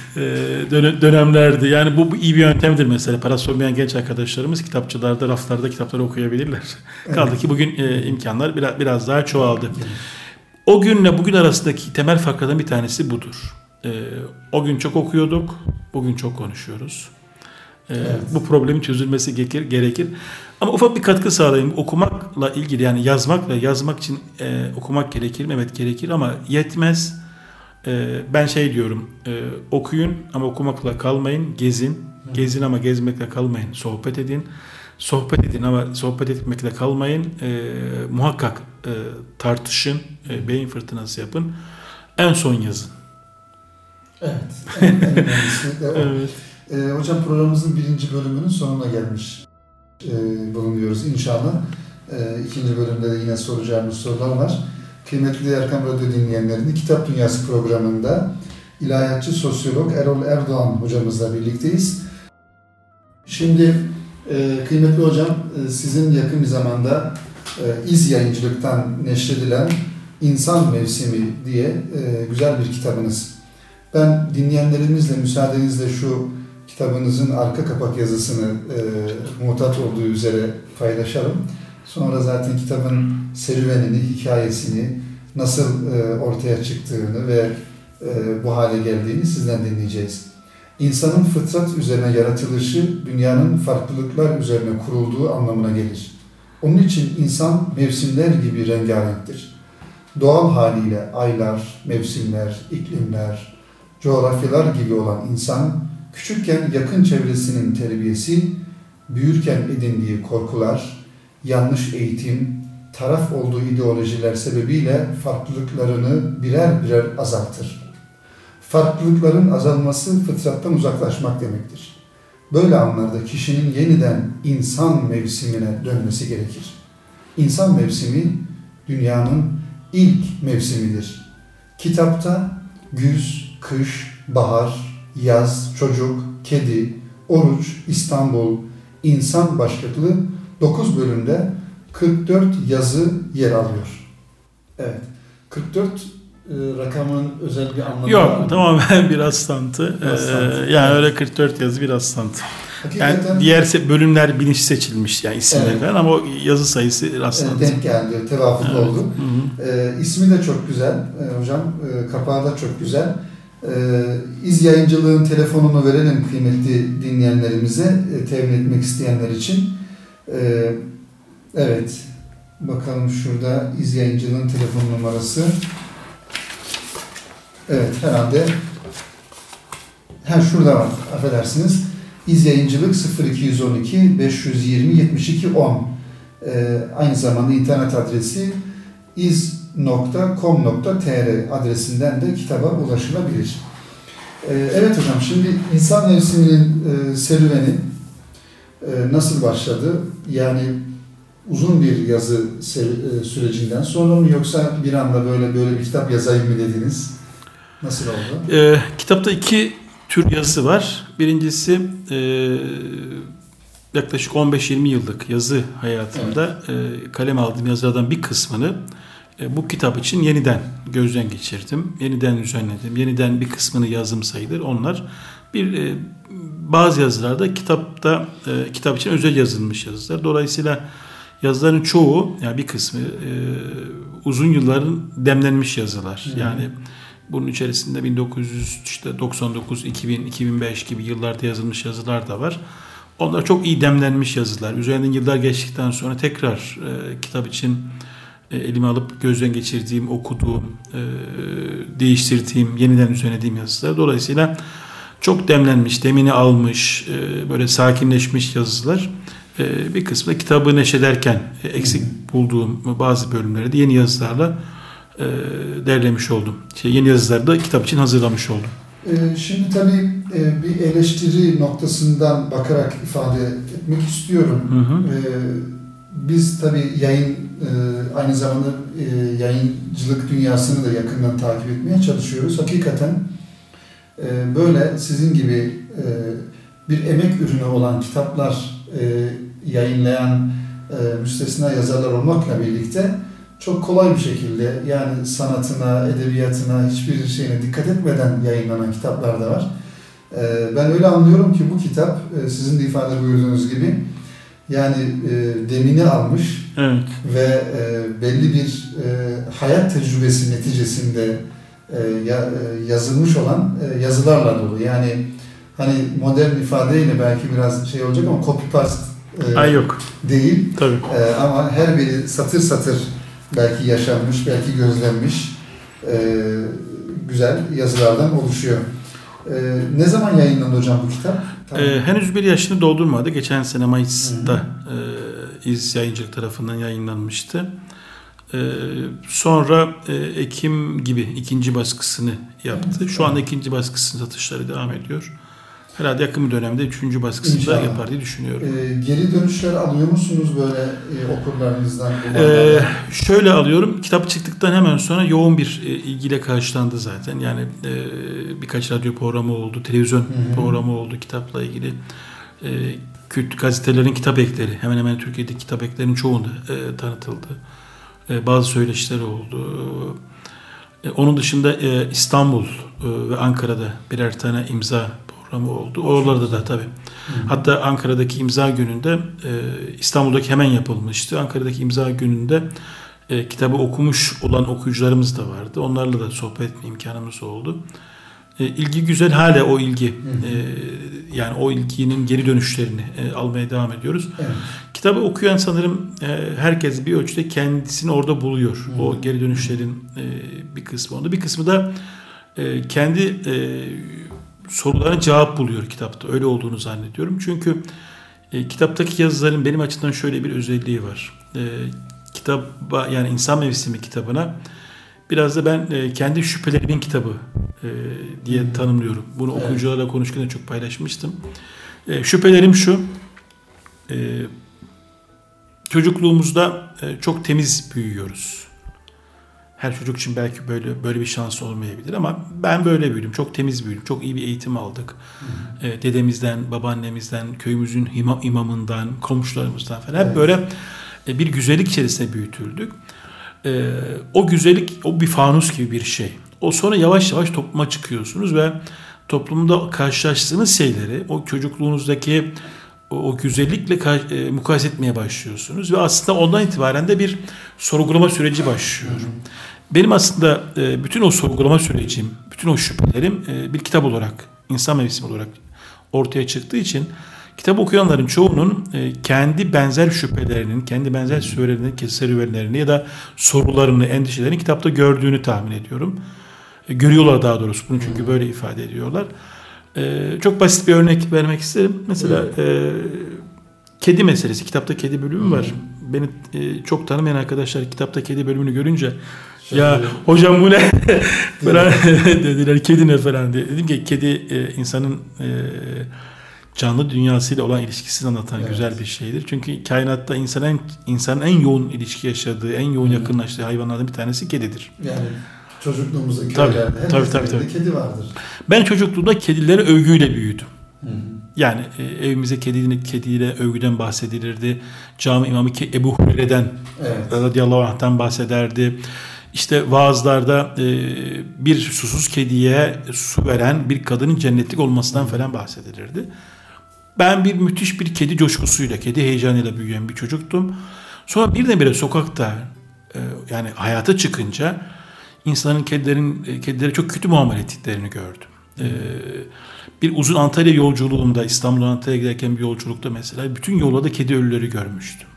dönemlerdi. Yani bu iyi bir yöntemdir mesela. Parası olmayan genç arkadaşlarımız kitapçılarda, raflarda kitapları okuyabilirler. Evet. Kaldı ki bugün imkanlar biraz daha çoğaldı. O günle bugün arasındaki temel farklardan bir tanesi budur. O gün çok okuyorduk, bugün çok konuşuyoruz. Evet. Bu problemin çözülmesi gerekir. Ama ufak bir katkı sağlayayım. Okumakla ilgili, yani yazmak için okumak gerekir mi? Evet gerekir ama yetmez. Ben diyorum, okuyun ama okumakla kalmayın, gezin. Gezin ama gezmekle kalmayın, sohbet edin. Sohbet edin ama sohbet etmekle kalmayın. Muhakkak tartışın, beyin fırtınası yapın. En son yazın. Evet. En önemlisi de o. Evet. Hocam programımızın 1. bölümünün sonuna gelmiş bulunuyoruz inşallah. İkinci bölümde de yine soracağımız sorular var. Kıymetli Erkam Radyo dinleyenlerini Kitap Dünyası programında ilahiyatçı sosyolog Erol Erdoğan hocamızla birlikteyiz. Şimdi kıymetli hocam, sizin yakın bir zamanda İz Yayıncılık'tan neşredilen İnsan Mevsimi diye güzel bir kitabınız. Ben dinleyenlerimizle müsaadenizle şu kitabınızın arka kapak yazısını muhtat olduğu üzere paylaşalım. Sonra zaten kitabın serüvenini, hikayesini, nasıl ortaya çıktığını ve bu hale geldiğini sizden dinleyeceğiz. İnsanın fıtrat üzerine yaratılışı, dünyanın farklılıklar üzerine kurulduğu anlamına gelir. Onun için insan mevsimler gibi rengarenktir. Doğal haliyle aylar, mevsimler, iklimler, coğrafyalar gibi olan insan, küçükken yakın çevresinin terbiyesi, büyürken edindiği korkular, yanlış eğitim, taraf olduğu ideolojiler sebebiyle farklılıklarını birer birer azaltır. Farklılıkların azalması fıtrattan uzaklaşmak demektir. Böyle anlarda kişinin yeniden insan mevsimine dönmesi gerekir. İnsan mevsimi dünyanın ilk mevsimidir. Kitapta güz, kış, bahar, yaz, çocuk, kedi, oruç, İstanbul, insan başlıklı 9 bölümde 44 yazı yer alıyor. Evet, 44 rakamın özel bir anlamı var mı? Yok, tamamen bir rastlantı. Yani öyle 44 yazı bir rastlantı. Hakikaten, yani diğer bölümler bilinç seçilmiş yani isimleri falan ama o yazı sayısı rastlantı. Denk geldi, tevafuk oldu. İsmi de çok güzel hocam, kapağı da çok güzel. İz Yayıncılığın telefonunu verelim kıymetli dinleyenlerimize, temin etmek isteyenler için. Evet, bakalım şurada İz Yayıncılığın telefon numarası. Evet, herhalde şurada var, affedersiniz. İz Yayıncılık 0212 520 72 10. Aynı zamanda internet adresi iz.com.tr adresinden de kitaba ulaşılabilir. Evet hocam, şimdi insan mevsiminin serüveni nasıl başladı? Yani uzun bir yazı sürecinden sonra mı, yoksa bir anda böyle bir kitap yazayım mı dediniz? Nasıl oldu? Kitapta iki tür yazı var. Birincisi yaklaşık 15-20 yıllık yazı hayatımda kaleme aldığım yazılardan bir kısmını bu kitap için yeniden gözden geçirdim. Yeniden düzenledim. Yeniden bir kısmını yazım sayılır. Onlar bazı yazılarda kitap için özel yazılmış yazılar. Dolayısıyla yazıların çoğu, yani bir kısmı uzun yılların demlenmiş yazılar. Yani bunun içerisinde 1999, 2000, 2005 gibi yıllarda yazılmış yazılar da var. Onlar çok iyi demlenmiş yazılar. Üzerinden yıllar geçtikten sonra tekrar kitap için elime alıp gözden geçirdiğim, okuduğum, değiştirdiğim, yeniden düzenlediğim yazılar. Dolayısıyla çok demlenmiş, demini almış, böyle sakinleşmiş yazılar. Bir kısmı da kitabı neşrederken eksik bulduğum bazı bölümleri de yeni yazılarla derlemiş oldum. Yeni yazıları da kitap için hazırlamış oldum. Şimdi tabii bir eleştiri noktasından bakarak ifade etmek istiyorum. Biz tabii aynı zamanda yayıncılık dünyasını da yakından takip etmeye çalışıyoruz. Hakikaten böyle sizin gibi bir emek ürünü olan kitaplar yayınlayan müstesna yazarlar olmakla birlikte çok kolay bir şekilde, yani sanatına, edebiyatına, hiçbir şeyine dikkat etmeden yayınlanan kitaplar da var. Ben öyle anlıyorum ki bu kitap sizin de ifade buyurduğunuz gibi yani demini almış, evet, ve belli bir hayat tecrübesi neticesinde yazılmış olan yazılarla dolu. Yani hani modern ifadeyle belki biraz şey olacak ama copy paste yok değil. Tabii. Ama her biri satır satır belki yaşanmış, belki gözlenmiş güzel yazılardan oluşuyor. Ne zaman yayınlandı hocam bu kitap? Henüz bir yaşını doldurmadı. Geçen sene Mayıs'ta İz Yayıncılık tarafından yayınlanmıştı. Sonra Ekim gibi ikinci baskısını yaptı. Şu anda ikinci baskısının satışları devam ediyor. herhalde yakın bir dönemde 3. baskısında İnşallah yapar diye düşünüyorum. Geri dönüşler alıyor musunuz böyle okurlarınızdan? Şöyle alıyorum. Kitap çıktıktan hemen sonra yoğun bir ilgiyle karşılandı zaten. Yani birkaç radyo programı oldu, televizyon programı oldu kitapla ilgili. Gazetelerin kitap ekleri, hemen hemen Türkiye'deki kitap eklerinin çoğunda tanıtıldı. Bazı söyleşiler oldu. Onun dışında İstanbul ve Ankara'da birer tane imza programı oldu. Oralarda da tabii. Hatta Ankara'daki imza gününde, İstanbul'daki hemen yapılmıştı. Ankara'daki imza gününde kitabı okumuş olan okuyucularımız da vardı. Onlarla da sohbet etme imkanımız oldu. İlgi güzel, hala o ilgi. Yani o ilginin geri dönüşlerini almaya devam ediyoruz. Evet. Kitabı okuyan sanırım herkes bir ölçüde kendisini orada buluyor. O geri dönüşlerin bir kısmı onda. Bir kısmı da kendi sorularına cevap buluyor kitapta. Öyle olduğunu zannediyorum. Çünkü kitaptaki yazıların benim açımdan şöyle bir özelliği var. Kitaba, yani İnsan Mevsimi kitabına biraz da ben kendi şüphelerimin kitabı diye tanımlıyorum. Bunu okuyucularla konuşurken çok paylaşmıştım. Şüphelerim şu: çocukluğumuzda çok temiz büyüyoruz. Her çocuk için belki böyle bir şans olmayabilir ama ben böyle büyüdüm. Çok temiz büyüdüm. Çok iyi bir eğitim aldık. Dedemizden, babaannemizden, köyümüzün imamından, komşularımızdan falan hep böyle bir güzellik içerisinde büyütüldük. O güzellik, o bir fanus gibi bir şey. O sonra yavaş yavaş topluma çıkıyorsunuz ve toplumda karşılaştığınız şeyleri o çocukluğunuzdaki o güzellikle mukayese etmeye başlıyorsunuz ve aslında ondan itibaren de bir sorgulama süreci başlıyor. Benim aslında bütün o sorgulama sürecim, bütün o şüphelerim bir kitap olarak, İnsan Mevsimi olarak ortaya çıktığı için kitap okuyanların çoğunun kendi benzer şüphelerinin, kendi benzer serüvenlerini ya da sorularını, endişelerini kitapta gördüğünü tahmin ediyorum. Görüyorlar daha doğrusu bunu, çünkü böyle ifade ediyorlar. Çok basit bir örnek vermek isterim. Mesela kedi meselesi. Kitapta kedi bölümü var. Beni çok tanımayan arkadaşlar kitapta kedi bölümünü görünce ya hocam bu ne falan dediler. Kedi ne falan diye. Dedim ki kedi insanın canlı dünyasıyla olan ilişkisini anlatan güzel bir şeydir. Çünkü kainatta insanın en yoğun ilişki yaşadığı, en yoğun yakınlaştığı hayvanlardan bir tanesi kedidir. Yani çocukluğumuzda köylerde kedi vardır. Ben çocukluğumda kedilere övgüyle büyüdüm. Yani evimize kediyle övgüden bahsedilirdi. Cami imamı Ebu Hureyre'den radıyallahu anh'tan bahsederdi. İşte vaazlarda bir susuz kediye su veren bir kadının cennetlik olmasından falan bahsedilirdi. Ben müthiş bir kedi coşkusuyla, kedi heyecanıyla büyüyen bir çocuktum. Sonra birdenbire sokakta yani hayata çıkınca insanların kedilere çok kötü muamele ettiklerini gördüm. Bir uzun Antalya yolculuğumda, İstanbul'dan Antalya'ya giderken bir yolculukta mesela bütün yollarda kedi ölüleri görmüştüm.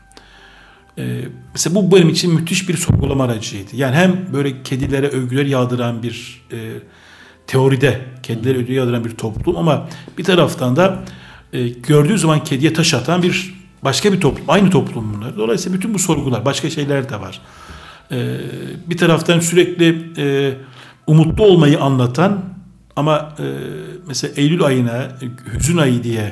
Mesela bu benim için müthiş bir sorgulama aracıydı. Yani hem böyle kedilere övgüler yağdıran bir teoride, kedilere övgüler yağdıran bir toplum, ama bir taraftan da gördüğü zaman kediye taş atan başka bir toplum. Aynı toplum bunlar. Dolayısıyla bütün bu sorgular, başka şeyler de var. Bir taraftan sürekli umutlu olmayı anlatan ama mesela Eylül ayına hüzün ayı diye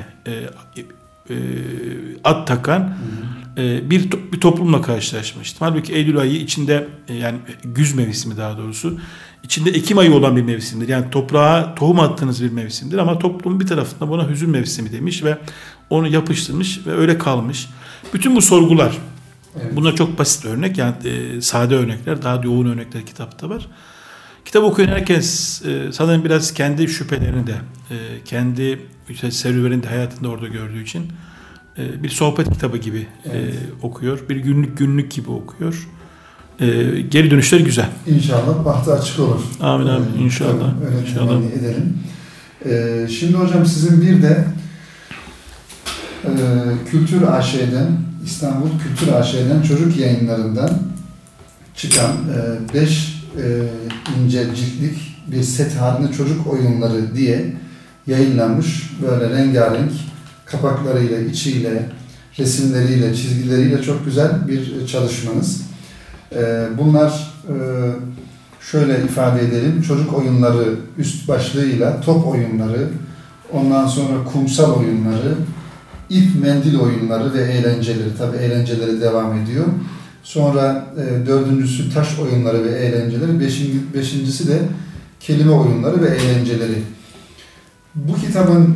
ad takan bir toplumla karşılaşmıştım. Halbuki Eylül ayı içinde, yani güz mevsimi daha doğrusu, içinde Ekim ayı olan bir mevsimdir. Yani toprağa tohum attığınız bir mevsimdir ama toplum bir tarafında buna hüzün mevsimi demiş ve onu yapıştırmış ve öyle kalmış. Bütün bu sorgular, bunlar çok basit örnek, yani sade örnekler, daha yoğun örnekler kitapta var. Kitap okuyan herkes sanırım biraz kendi şüphelerini de, kendi serüvenini de hayatında orada gördüğü için bir sohbet kitabı gibi okuyor. Bir günlük gibi okuyor. Geri dönüşler güzel. İnşallah bahtı açık olur. Amin amin inşallah. Öyle temenni edelim. Şimdi hocam sizin bir de Kültür AŞ'den, İstanbul Kültür AŞ'den çocuk yayınlarından çıkan 5 ince ciltlik bir set halinde çocuk oyunları diye yayınlanmış, böyle rengarenk kapaklarıyla, içiyle, resimleriyle, çizgileriyle çok güzel bir çalışmanız. Bunlar şöyle ifade edelim: çocuk oyunları üst başlığıyla top oyunları, Ondan sonra kumsal oyunları, ip mendil oyunları ve eğlenceleri. Tabii eğlenceleri devam ediyor. Sonra dördüncüsü taş oyunları ve eğlenceleri. Beşincisi de kelime oyunları ve eğlenceleri. Bu kitabın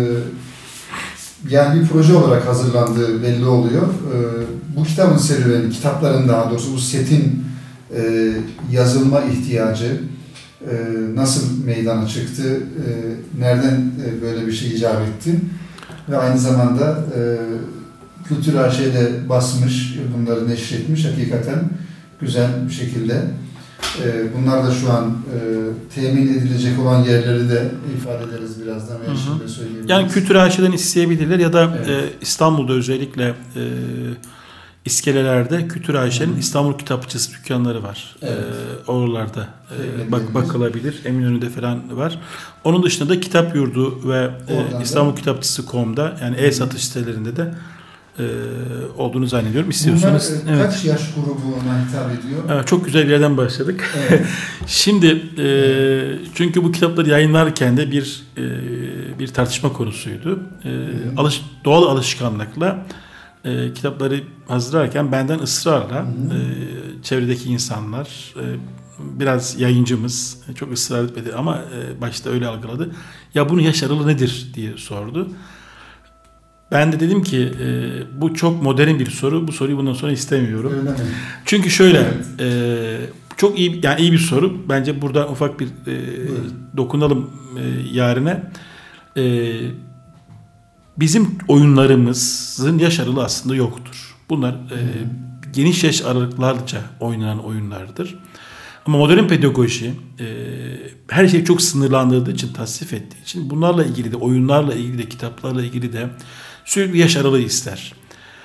yani bir proje olarak hazırlandığı belli oluyor. Bu kitabın serüveni, kitapların daha doğrusu bu setin yazılma ihtiyacı nasıl meydana çıktı, nereden böyle bir şey icap etti ve aynı zamanda Kültür AŞ'de basmış, bunları neşretmiş hakikaten güzel bir şekilde. Bunlar da şu an temin edilecek olan yerleri de ifade ederiz birazdan. Şimdi söyleyebiliriz. Yani Kültür AŞ'den isteyebilirler ya da evet. İstanbul'da özellikle iskelelerde Kültür AŞ'nin İstanbul Kitapçısı dükkanları var. Evet. Oralarda bakılabilir. Eminönü'nde falan var. Onun dışında da Kitap Yurdu ve İstanbul Kitapçısı.com'da yani e-satış sitelerinde de olduğunu zannediyorum. İstiyorsanız. Bunlar kaç yaş grubuna hitap ediyor? Çok güzel bir yerden başladık. Evet. Şimdi çünkü bu kitapları yayınlarken de bir tartışma konusuydu. Doğal alışkanlıkla kitapları hazırlarken benden ısrarla çevredeki insanlar biraz yayıncımız çok ısrar etmedi ama başta öyle algıladı. Ya bunun yaş aralığı nedir diye sordu. Ben de dedim ki bu çok modern bir soru. Bu soruyu bundan sonra istemiyorum. Öyle mi? Çünkü şöyle çok iyi yani iyi bir soru. Bence burada ufak bir dokunalım yarine. Bizim oyunlarımızın yaş aralığı aslında yoktur. Bunlar geniş yaş aralıklarca oynanan oyunlardır. Ama modern pedagoji her şeyi çok sınırlandırdığı için, tasnif ettiği için bunlarla ilgili de, oyunlarla ilgili de, kitaplarla ilgili de sürekli yaş aralığı ister.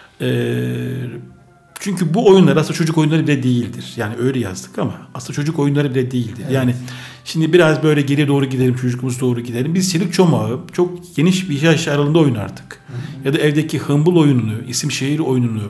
Çünkü bu oyunlar aslında çocuk oyunları bile değildir. Yani öyle yazdık ama aslında çocuk oyunları bile değildir. Evet. Yani şimdi biraz böyle geriye doğru gidelim, çocukluğumuza doğru gidelim. Biz çelik çomağı çok geniş bir yaş aralığında oynardık. Ya da evdeki hımbıl oyununu, isim şehir oyununu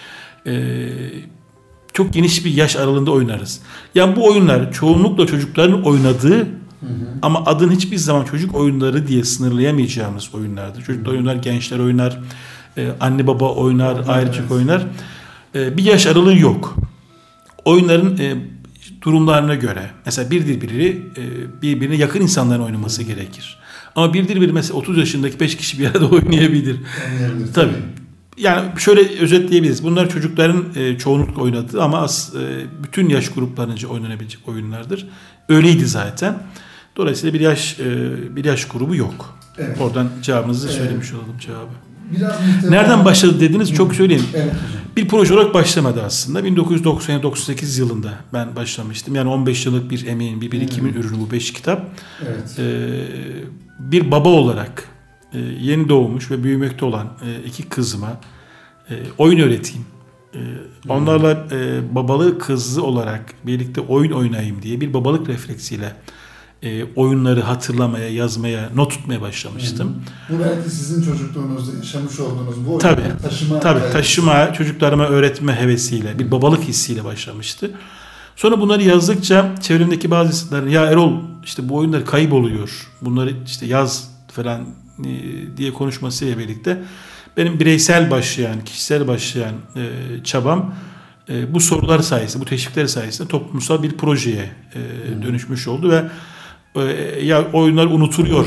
çok geniş bir yaş aralığında oynarız. Yani bu oyunlar çoğunlukla çocukların oynadığı ama adını hiçbir zaman çocuk oyunları diye sınırlayamayacağımız oyunlardır. Çocuklar oynar, gençler oynar, anne baba oynar, ayrıcık oynar. Bir yaş aralığı yok. Oyunların durumlarına göre mesela birbirine yakın insanların oynaması gerekir. Ama bir mesela 30 yaşındaki 5 kişi bir arada oynayabilir. Tabii. Yani şöyle özetleyebiliriz. Bunlar çocukların çoğunlukla oynadığı ama bütün yaş gruplarınca oynanabilecek oyunlardır. Öyleydi zaten. Dolayısıyla bir yaş grubu yok. Evet. Oradan cevabınızı söylemiş olalım cevabı. Nereden başladı dediniz? Çok söyleyeyim. Evet. Bir proje olarak başlamadı aslında. 1998 yılında ben başlamıştım. Yani 15 yıllık bir emeğin, bir birikimin ürünü bu 5 kitap. Evet. Bir baba olarak yeni doğmuş ve büyümekte olan 2 kızıma oyun öğreteyim. Onlarla babalı kızı olarak birlikte oyun oynayayım diye bir babalık refleksiyle oyunları hatırlamaya, yazmaya, not tutmaya başlamıştım. Bu belki sizin çocukluğunuzda yaşamış olduğunuz bu oyunu taşıma, çocuklarıma öğretme hevesiyle, bir babalık hissiyle başlamıştı. Sonra bunları yazdıkça çevremdeki bazı insanlar ya Erol işte bu oyunlar kayboluyor, bunları işte yaz falan diye konuşmasıyla birlikte benim bireysel başlayan, kişisel başlayan çabam bu sorular sayesinde, bu teşvikler sayesinde toplumsal bir projeye dönüşmüş oldu ve ya oyunlar unutuluyor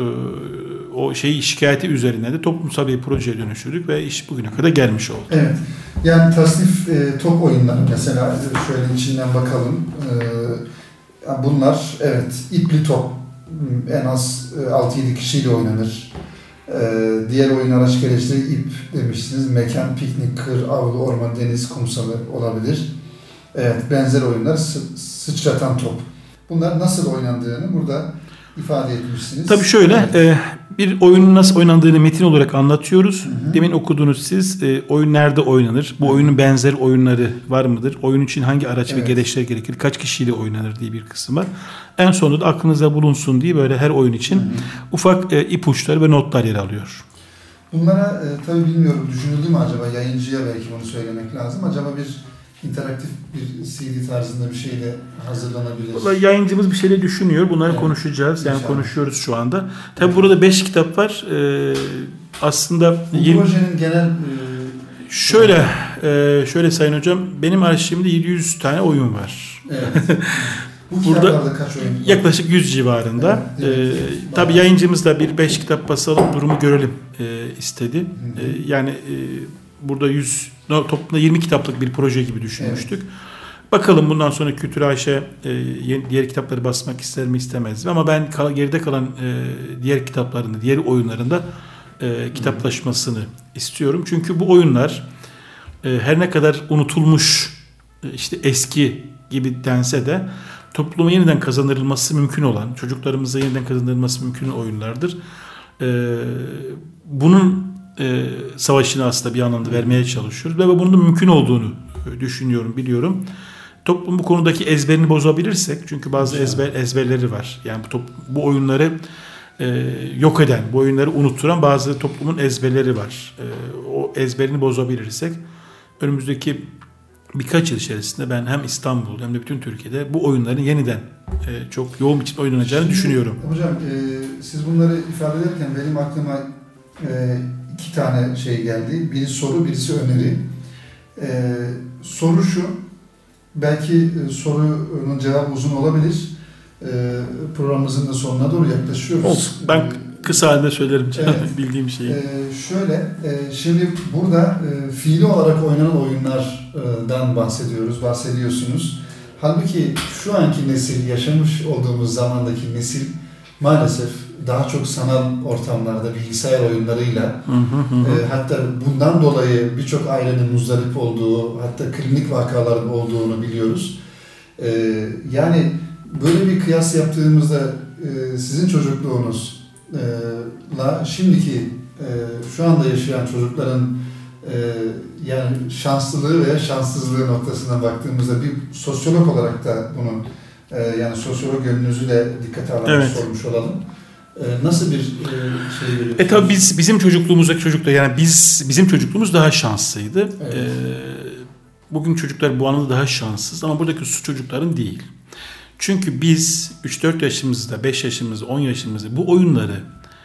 o şikayeti üzerine de toplumsal bir projeye dönüştürdük ve iş bugüne kadar gelmiş oldu. Evet. Yani tasnif top oyunları mesela şöyle içinden bakalım. Bunlar evet ipli top en az 6-7 kişiyle oynanır. Diğer oyun araç gereçleri ip demiştiniz. Mekan, piknik, kır, avlu, orman, deniz, kumsalı olabilir. Evet, benzer oyunlar sıçratan top. Bunlar nasıl oynandığını burada ifade etmişsiniz. Tabii şöyle, bir oyunun nasıl oynandığını metin olarak anlatıyoruz. Demin okudunuz siz, oyun nerede oynanır? Bu oyunun benzer oyunları var mıdır? Oyun için hangi araç ve gereçler gerekir? Kaç kişiyle oynanır diye bir kısım var. En sonunda da aklınızda bulunsun diye böyle her oyun için ufak ipuçları ve notlar yer alıyor. Bunlara tabii bilmiyorum düşünüldü mü acaba? Yayıncıya belki bunu söylemek lazım. Acaba bir interaktif bir CD tarzında bir şeyle hazırlanabilir. Vallahi yayıncımız bir şeyle düşünüyor. Bunları konuşacağız. Yani konuşuyoruz şu anda. Tabii burada 5 kitap var. Aslında bu projenin genel şöyle Sayın Hocam, benim arşivimde 700 tane oyun var. Evet. Bu burada kaç oyun var? Yaklaşık 100 civarında. Evet. Tabii yayıncımız da bir 5 kitap basalım, durumu görelim istedi. Yani burada toplamda 20 kitaplık bir proje gibi düşünmüştük. Evet. Bakalım bundan sonra Kültür AŞ diğer kitapları basmak ister mi istemez mi? Ama ben geride kalan diğer kitaplarında, diğer oyunlarında kitaplaşmasını istiyorum. Çünkü bu oyunlar her ne kadar unutulmuş, işte eski gibi dense de topluma yeniden kazandırılması mümkün olan, çocuklarımıza yeniden kazandırılması mümkün olan oyunlardır. Bunun savaşını aslında bir anlamda vermeye çalışıyoruz ve bunun da mümkün olduğunu düşünüyorum, biliyorum. Toplum bu konudaki ezberini bozabilirsek, çünkü bazı ezberleri var. Yani bu oyunları yok eden, bu oyunları unutturan bazı toplumun ezberleri var. O ezberini bozabilirsek önümüzdeki birkaç yıl içerisinde ben hem İstanbul'da hem de bütün Türkiye'de bu oyunların yeniden çok yoğun biçimde oynanacağını düşünüyorum. Hocam siz bunları ifade ederken benim aklıma 2 tane şey geldi. Biri soru, birisi öneri. Soru şu, belki sorunun cevabı uzun olabilir. Programımızın da sonuna doğru yaklaşıyoruz. Olsun. Ben kısa halde söylerim evet. Bildiğim şeyi. Şimdi burada fiili olarak oynanan oyunlardan bahsediyorsunuz. Halbuki şu anki nesil, yaşamış olduğumuz zamandaki nesil maalesef daha çok sanal ortamlarda, bilgisayar oyunlarıyla hatta bundan dolayı birçok ailenin muzdarip olduğu, hatta klinik vakaların olduğunu biliyoruz. Yani böyle bir kıyas yaptığımızda sizin çocukluğunuzla şimdiki şu anda yaşayan çocukların yani şanslılığı veya şanssızlığı noktasına baktığımızda bir sosyolog olarak da bunu yani sosyolog yönünüzü dikkate alarak sormuş olalım. Nasıl bir şey görüyorsunuz? Tabii bizim çocukluğumuzdaki çocuklar, yani bizim çocukluğumuz daha şanslıydı. Evet. Bugün çocuklar bu anlamda daha şanssız ama buradaki suç çocukların değil. Çünkü biz 3-4 yaşımızda, 5 yaşımızda, 10 yaşımızda bu oyunları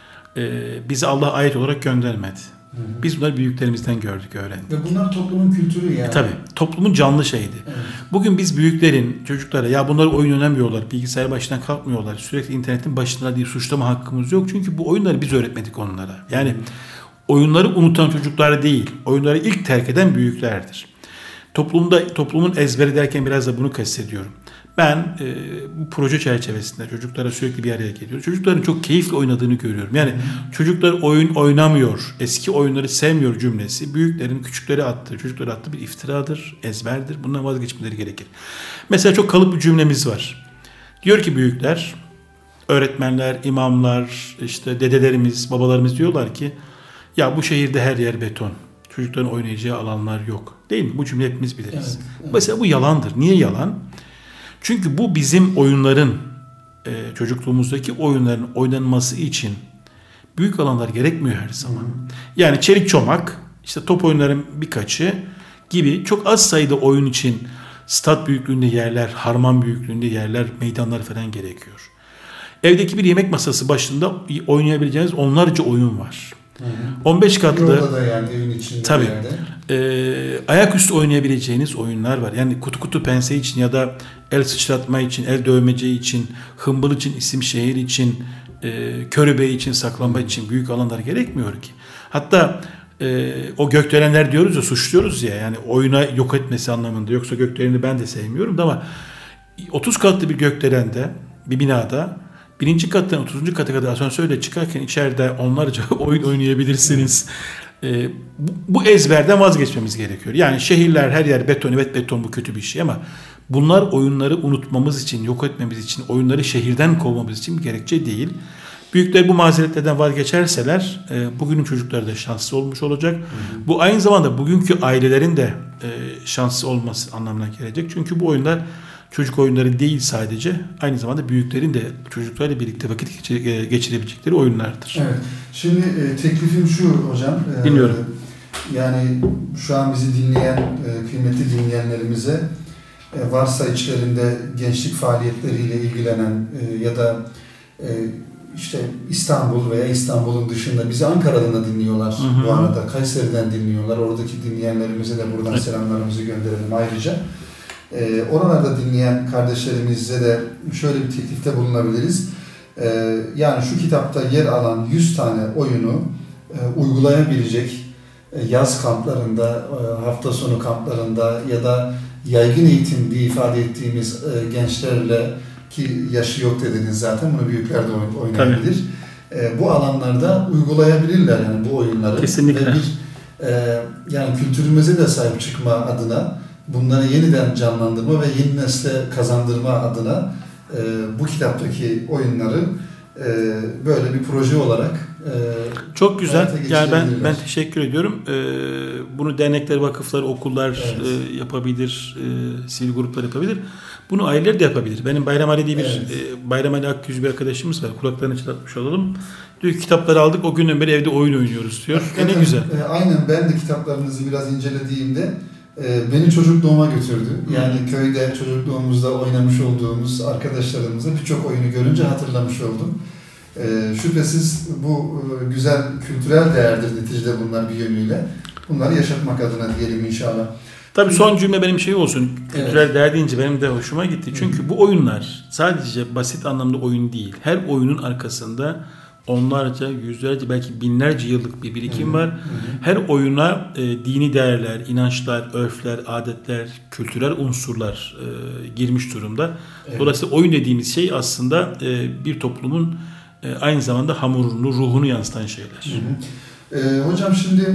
bize Allah ayet olarak göndermedi. Biz bunları büyüklerimizden gördük, öğrendik. Ve bunlar toplumun kültürü yani. Tabii. Toplumun canlı şeydi. Evet. Bugün biz büyüklerin çocuklara ya bunları oyun oynamıyorlar, bilgisayar başından kalkmıyorlar, sürekli internetin başında diye suçlama hakkımız yok. Çünkü bu oyunları biz öğretmedik onlara. Yani oyunları unutan çocuklar değil, oyunları ilk terk eden büyüklerdir. Toplumun ezberi derken biraz da bunu kastediyorum. Ben bu proje çerçevesinde çocuklara sürekli bir araya geliyorum. Çocukların çok keyifli oynadığını görüyorum. Yani çocuklar oyun oynamıyor, eski oyunları sevmiyor cümlesi büyüklerin küçükleri attığı, çocuklara attığı bir iftiradır, ezberdir. Bundan vazgeçmeleri gerekir. Mesela çok kalıp bir cümlemiz var. Diyor ki büyükler, öğretmenler, imamlar, işte dedelerimiz, babalarımız diyorlar ki ya bu şehirde her yer beton. Çocukların oynayacağı alanlar yok. Değil mi? Bu cümle hepimiz biliriz. Evet, evet. Mesela bu yalandır. Niye yalan? Çünkü bu bizim oyunların, çocukluğumuzdaki oyunların oynanması için büyük alanlar gerekmiyor her zaman. Yani çelik çomak, işte top oyunların birkaçı gibi çok az sayıda oyun için stat büyüklüğünde yerler, harman büyüklüğünde yerler, meydanlar falan gerekiyor. Evdeki bir yemek masası başında oynayabileceğiniz onlarca oyun var. 15 katlı da yani evin içinde tabii ayaküstü oynayabileceğiniz oyunlar var. Yani kutu pense için ya da el sıçratma için, el dövmece için, hımbıl için, isim şehir için, körebe için, saklambaç için büyük alanlar gerekmiyor ki. Hatta o gökdelenler diyoruz ya, suçluyoruz ya, yani oyuna yok etmesi anlamında. Yoksa gökdeleni ben de sevmiyorum da ama 30 katlı bir gökdelende, bir binada 1. kattan 30. kata kadar asansörle çıkarken içeride onlarca oyun oynayabilirsiniz. Bu ezberden vazgeçmemiz gerekiyor. Yani şehirler her yer beton, evet beton bu kötü bir şey ama bunlar oyunları unutmamız için, yok etmemiz için, oyunları şehirden kovmamız için bir gerekçe değil. Büyükler bu mazeretlerden vazgeçerseler bugünün çocukları da şanslı olmuş olacak. Bu aynı zamanda bugünkü ailelerin de şanslı olması anlamına gelecek. Çünkü bu oyunlar çocuk oyunları değil sadece, aynı zamanda büyüklerin de çocuklarla birlikte vakit geçirebilecekleri oyunlardır. Evet. Şimdi teklifim şu hocam. Dinliyorum. Yani şu an bizi dinleyen kıymetli dinleyenlerimize varsa içlerinde gençlik faaliyetleriyle ilgilenen ya da işte İstanbul veya İstanbul'un dışında bizi Ankara'dan da dinliyorlar bu arada. Kayseri'den dinliyorlar. Oradaki dinleyenlerimize de buradan selamlarımızı gönderelim ayrıca. Oralarda dinleyen kardeşlerimize de şöyle bir teklifte bulunabiliriz. Yani şu kitapta yer alan 100 tane oyunu uygulayabilecek yaz kamplarında, hafta sonu kamplarında ya da yaygın eğitim diye ifade ettiğimiz gençlerle, ki yaşı yok dediniz zaten, bunu büyükler de oynayabilir. Bu alanlarda uygulayabilirler yani bu oyunları. Kesinlikle. Ve yani kültürümüze de sahip çıkma adına, bunları yeniden canlandırma ve yeni nesle kazandırma adına bu kitaptaki oyunları böyle bir proje olarak çok güzel. Yani ben teşekkür ediyorum. Bunu dernekler, vakıflar, okullar yapabilir, sivil gruplar yapabilir. Bunu aileler de yapabilir. Benim Bayram Ali diye bir Bayram Ali Akgüz bir arkadaşımız var. Kulaklarını çıtlatmış olalım. Diyor kitapları aldık, o günden beri evde oyun oynuyoruz diyor. Ne güzel. Aynen, ben de kitaplarınızı biraz incelediğimde beni çocukluğuma götürdü. Yani köyde çocukluğumuzda oynamış olduğumuz arkadaşlarımıza birçok oyunu görünce hatırlamış oldum. Şüphesiz bu güzel kültürel değerdir neticede bunlar bir yönüyle. Bunları yaşatmak adına diyelim inşallah. Tabii son cümle benim şey olsun. Kültürel değer deyince benim de hoşuma gitti. Çünkü bu oyunlar sadece basit anlamda oyun değil. Her oyunun arkasında onlarca, yüzlerce, belki binlerce yıllık bir birikim var. Her oyuna dini değerler, inançlar, örfler, adetler, kültürel unsurlar girmiş durumda. Dolayısıyla oyun dediğimiz şey aslında bir toplumun aynı zamanda hamurunu, ruhunu yansıtan şeyler. Hocam şimdi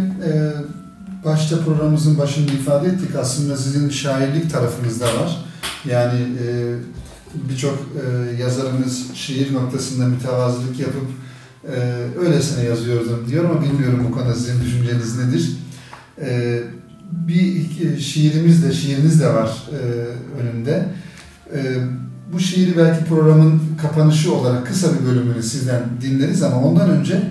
başta programımızın başında ifade ettik. Aslında sizin şairlik tarafınız da var. Yani birçok yazarımız şiir noktasında mütevazılık yapıp öylesine yazıyordum diyor ama bilmiyorum bu konuda sizin düşünceniz nedir? Bir şiiriniz de var önümde. Bu şiiri belki programın kapanışı olarak kısa bir bölümünü sizden dinleriz ama ondan önce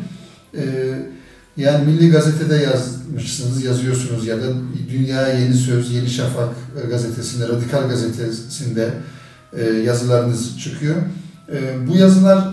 yani Milli Gazete'de yazıyorsunuz ya da Dünya Yeni Söz, Yeni Şafak gazetesinde, Radikal gazetesinde yazılarınız çıkıyor. Bu yazılar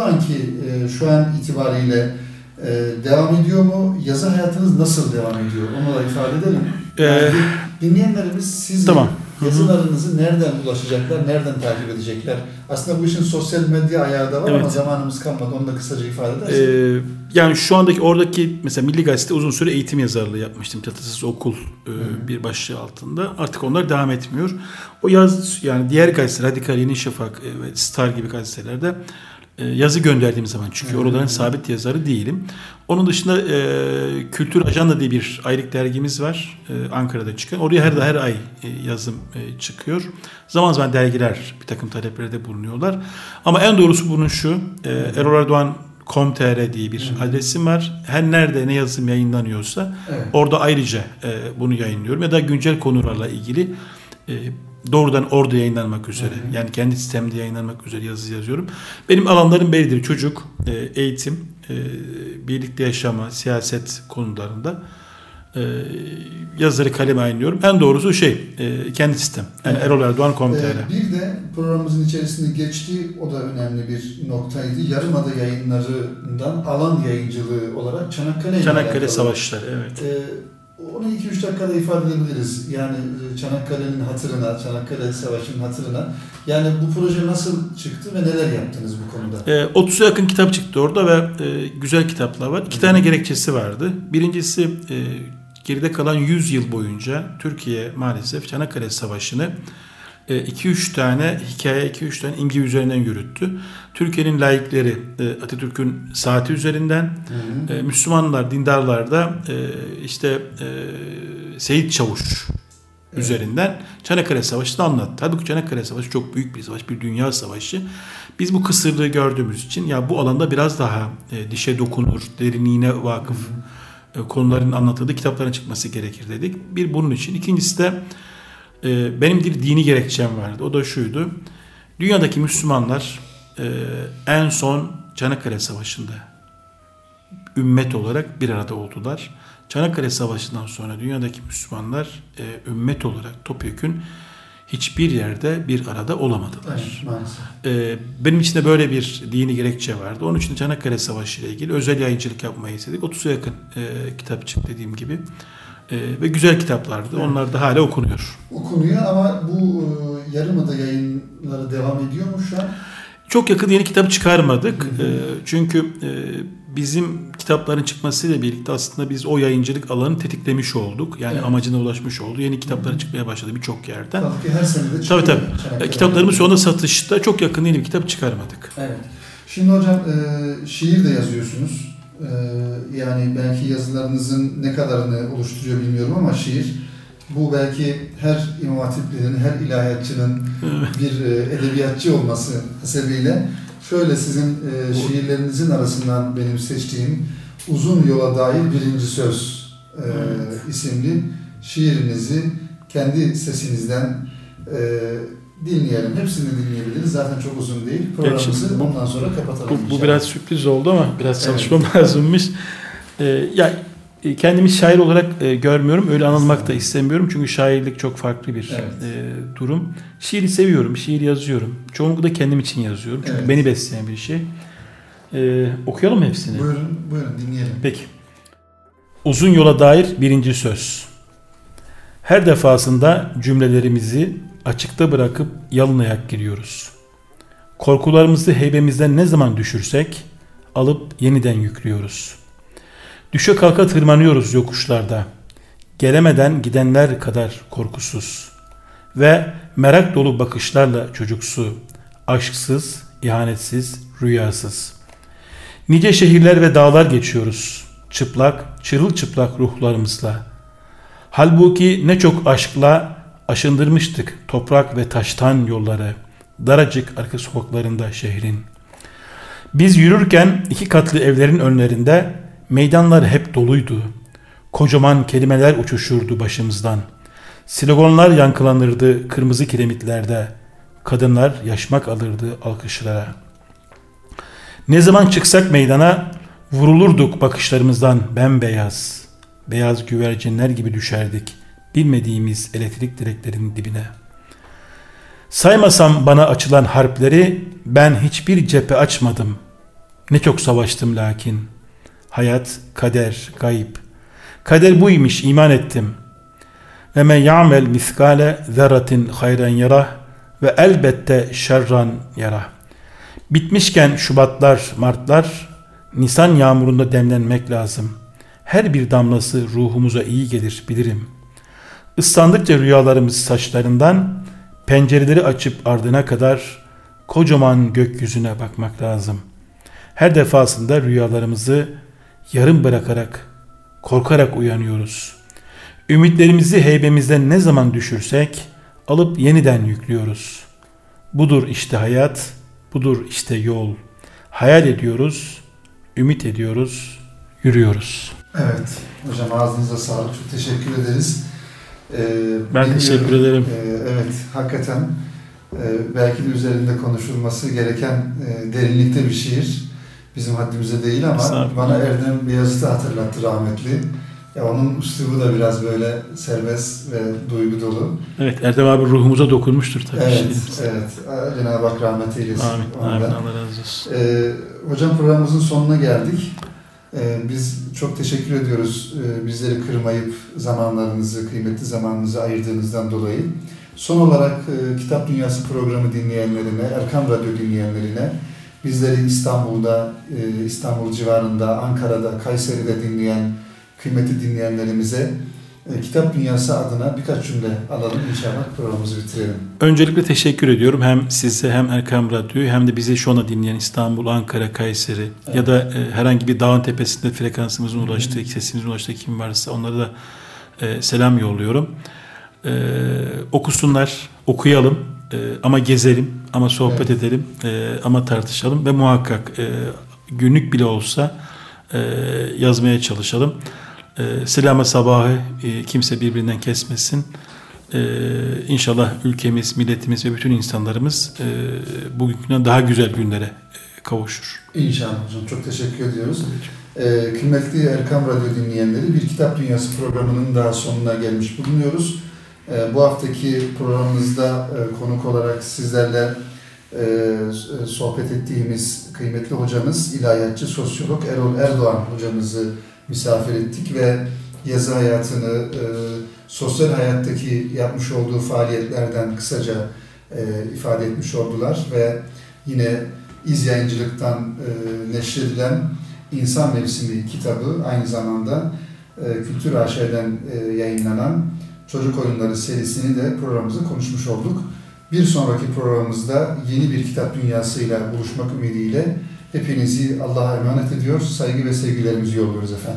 şu an itibariyle devam ediyor mu? Yazı hayatınız nasıl devam ediyor? Onu da ifade edelim. Yani dinleyenlerimiz siz yazılarınızı nereden ulaşacaklar, nereden takip edecekler? Aslında bu işin sosyal medya ayağı da var ama zamanımız kalmadı. Onu da kısaca ifade edersiniz. Yani şu oradaki mesela Milli Gazete uzun süre eğitim yazarlığı yapmıştım. Çatısız okul bir başlığı altında. Artık onlar devam etmiyor. O yani diğer gazeteler, Radikal, Yeni Şafak ve Star gibi gazetelerde yazı gönderdiğim zaman, çünkü oraların sabit yazarı değilim. Onun dışında Kültür Ajanda diye bir aylık dergimiz var. Ankara'da çıkan. Oraya her ay yazım çıkıyor. Zaman zaman dergiler bir takım taleplerde bulunuyorlar. Ama en doğrusu bunun şu. erolardoğan.com.tr diye bir adresim var. Her nerede ne yazım yayınlanıyorsa orada ayrıca bunu yayınlıyorum. Ya da güncel konularla ilgili doğrudan orada yayınlanmak üzere, yani kendi sistemde yayınlanmak üzere yazı yazıyorum. Benim alanlarım bellidir. Çocuk, eğitim, birlikte yaşama, siyaset konularında yazıları kaleme yayınlıyorum. En doğrusu kendi sistem. Yani erolardoğan.com.tr. Bir de programımızın içerisinde geçtiği, o da önemli bir noktaydı. Yarımada yayınlarından alan yayıncılığı olarak Çanakkale Savaşları, evet. Onu 2-3 dakikada ifade edebiliriz. Yani Çanakkale'nin hatırına, Çanakkale Savaşı'nın hatırına. Yani bu proje nasıl çıktı ve neler yaptınız bu konuda? 30'a yakın kitap çıktı orada ve güzel kitaplar var. 2 tane gerekçesi vardı. Birincisi geride kalan 100 yıl boyunca Türkiye maalesef Çanakkale Savaşı'nı 2-3 tane hikaye, 2-3 tane imge üzerinden yürüttü. Türkiye'nin laikleri Atatürk'ün saati üzerinden, Müslümanlar, dindarlar da Seyit Çavuş üzerinden Çanakkale Savaşı'nı anlattı. Halbuki Çanakkale Savaşı çok büyük bir savaş, bir dünya savaşı. Biz bu kısırlığı gördüğümüz için ya bu alanda biraz daha dişe dokunur, derinliğine vakıf konuların anlatıldığı kitapların çıkması gerekir dedik. Bir bunun için. İkincisi de benim bir dini gerekçem vardı. O da şuydu. Dünyadaki Müslümanlar en son Çanakkale Savaşı'nda ümmet olarak bir arada oldular. Çanakkale Savaşı'ndan sonra dünyadaki Müslümanlar ümmet olarak topyekün hiçbir yerde bir arada olamadılar. Evet, benim için de böyle bir dini gerekçe vardı. Onun için Çanakkale Savaşı ile ilgili özel yayıncılık yapmayı istedik. 30'a yakın kitap çıktı dediğim gibi. Ve güzel kitaplardı. Evet. Onlar da hala okunuyor. Okunuyor ama bu Yarımada yayınları devam ediyor mu şu an? Çok yakın yeni kitap çıkarmadık. Çünkü bizim kitapların çıkmasıyla birlikte aslında biz o yayıncılık alanını tetiklemiş olduk. Yani amacına ulaşmış oldu. Yeni kitaplar çıkmaya başladı birçok yerden. Tabii ki her sene de çıkıyor. Tabii. Kitaplarımız şu anda satışta, çok yakın yeni bir kitap çıkarmadık. Evet. Şimdi hocam şiir de yazıyorsunuz. Yani belki yazılarınızın ne kadarını oluşturuyor bilmiyorum ama şiir, bu belki her İmam Hatipli'nin, her ilahiyatçının bir edebiyatçı olması hasebiyle şöyle sizin şiirlerinizin arasından benim seçtiğim Uzun Yola Dair Birinci Söz isimli şiirinizi kendi sesinizden dinleyelim. Hepsini dinleyebiliriz. Zaten çok uzun değil. Programımızı ondan sonra kapatalım. Bu biraz sürpriz oldu ama biraz çalışmam lazımmış. Kendimi şair olarak görmüyorum. Öyle anılmak da istemiyorum. Çünkü şairlik çok farklı bir durum. Şiiri seviyorum. Şiir yazıyorum. Çoğunlukla da kendim için yazıyorum. Çünkü beni besleyen bir şey. Okuyalım mı hepsini? Buyurun dinleyelim. Peki. Uzun yola dair birinci söz. Her defasında cümlelerimizi açıkta bırakıp yalın ayak giriyoruz. Korkularımızı heybemizden ne zaman düşürsek alıp yeniden yüklüyoruz. Düşe kalka tırmanıyoruz yokuşlarda. Gelemeden gidenler kadar korkusuz. Ve merak dolu bakışlarla çocuksu, aşksız, ihanetsiz, rüyasız. Nice şehirler ve dağlar geçiyoruz. Çıplak, çırılçıplak ruhlarımızla. Halbuki ne çok aşkla aşındırmıştık toprak ve taştan yolları, daracık arka sokaklarında şehrin. Biz yürürken 2 katlı evlerin önlerinde meydanlar hep doluydu. Kocaman kelimeler uçuşurdu başımızdan. Sloganlar yankılanırdı kırmızı kiremitlerde. Kadınlar yaşmak alırdı alkışlara. Ne zaman çıksak meydana vurulurduk bakışlarımızdan bembeyaz. Beyaz güvercinler gibi düşerdik bilmediğimiz elektrik direklerinin dibine. Saymasam bana açılan harpleri ben hiçbir cephe açmadım. Ne çok savaştım lakin. Hayat, kader, gayb. Kader buymuş, iman ettim. Ve men ya'mel miskale zerratin hayran yarah ve elbette şerran yarah. Bitmişken Şubatlar, Martlar, Nisan yağmurunda demlenmek lazım. Her bir damlası ruhumuza iyi gelir bilirim. Islandıkça rüyalarımız saçlarından, pencereleri açıp ardına kadar kocaman gökyüzüne bakmak lazım. Her defasında rüyalarımızı yarım bırakarak, korkarak uyanıyoruz. Ümitlerimizi heybemizden ne zaman düşürsek alıp yeniden yüklüyoruz. Budur işte hayat, budur işte yol. Hayal ediyoruz, ümit ediyoruz, yürüyoruz. Evet hocam, ağzınıza sağlık. Çok teşekkür ederiz. Ben teşekkür ederim. Evet, hakikaten belki de üzerinde konuşulması gereken derinlikte bir şiir. Bizim haddimize değil ama bana Erdem Beyazıt'ı hatırlattı rahmetli. Onun üslubu da biraz böyle serbest ve duygu dolu. Evet, Erdem abi ruhumuza dokunmuştur tabii. Evet. Cenab-ı Hak rahmet eylesin. Amin. Allah razı olsun. Hocam, programımızın sonuna geldik. Biz çok teşekkür ediyoruz bizleri kırmayıp zamanlarınızı, kıymetli zamanınızı ayırdığınızdan dolayı. Son olarak Kitap Dünyası programı dinleyenlerine, Erkam Radyo dinleyenlerine, bizleri İstanbul'da, İstanbul civarında, Ankara'da, Kayseri'de dinleyen kıymetli dinleyenlerimize Kitap Dünyası adına birkaç cümle alalım, inşallah programımızı bitirelim. Öncelikle teşekkür ediyorum hem size hem Erkam Radyo'yu hem de bizi şu anda dinleyen İstanbul, Ankara, Kayseri ya da herhangi bir dağın tepesinde frekansımızın ulaştığı, sesimizin ulaştığı kim varsa onlara da selam yolluyorum. Okusunlar, okuyalım ama gezelim, ama sohbet edelim, ama tartışalım ve muhakkak günlük bile olsa yazmaya çalışalım. Selama sabahı kimse birbirinden kesmesin. İnşallah ülkemiz, milletimiz ve bütün insanlarımız bugünkünden daha güzel günlere kavuşur. İnşallah hocam. Çok teşekkür ediyoruz. Kıymetli Erkam Radyo dinleyenleri, bir Kitap Dünyası programının daha sonuna gelmiş bulunuyoruz. Bu haftaki programımızda konuk olarak sizlerle sohbet ettiğimiz kıymetli hocamız, ilahiyatçı, sosyolog Erol Erdoğan hocamızı misafir ettik ve yazı hayatını, sosyal hayattaki yapmış olduğu faaliyetlerden kısaca ifade etmiş oldular ve yine İz Yayıncılık'tan neşredilen İnsan Mevsimi kitabı, aynı zamanda Kültür AŞ'den yayınlanan Çocuk Oyunları serisini de programımızda konuşmuş olduk. Bir sonraki programımızda yeni bir kitap dünyasıyla buluşmak ümidiyle hepinizi Allah'a emanet ediyor, saygı ve sevgilerimizi yolluyoruz efendim.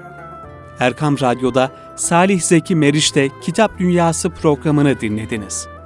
Erkam Radyo'da Salih Zeki Meriç'te Kitap Dünyası programını dinlediniz.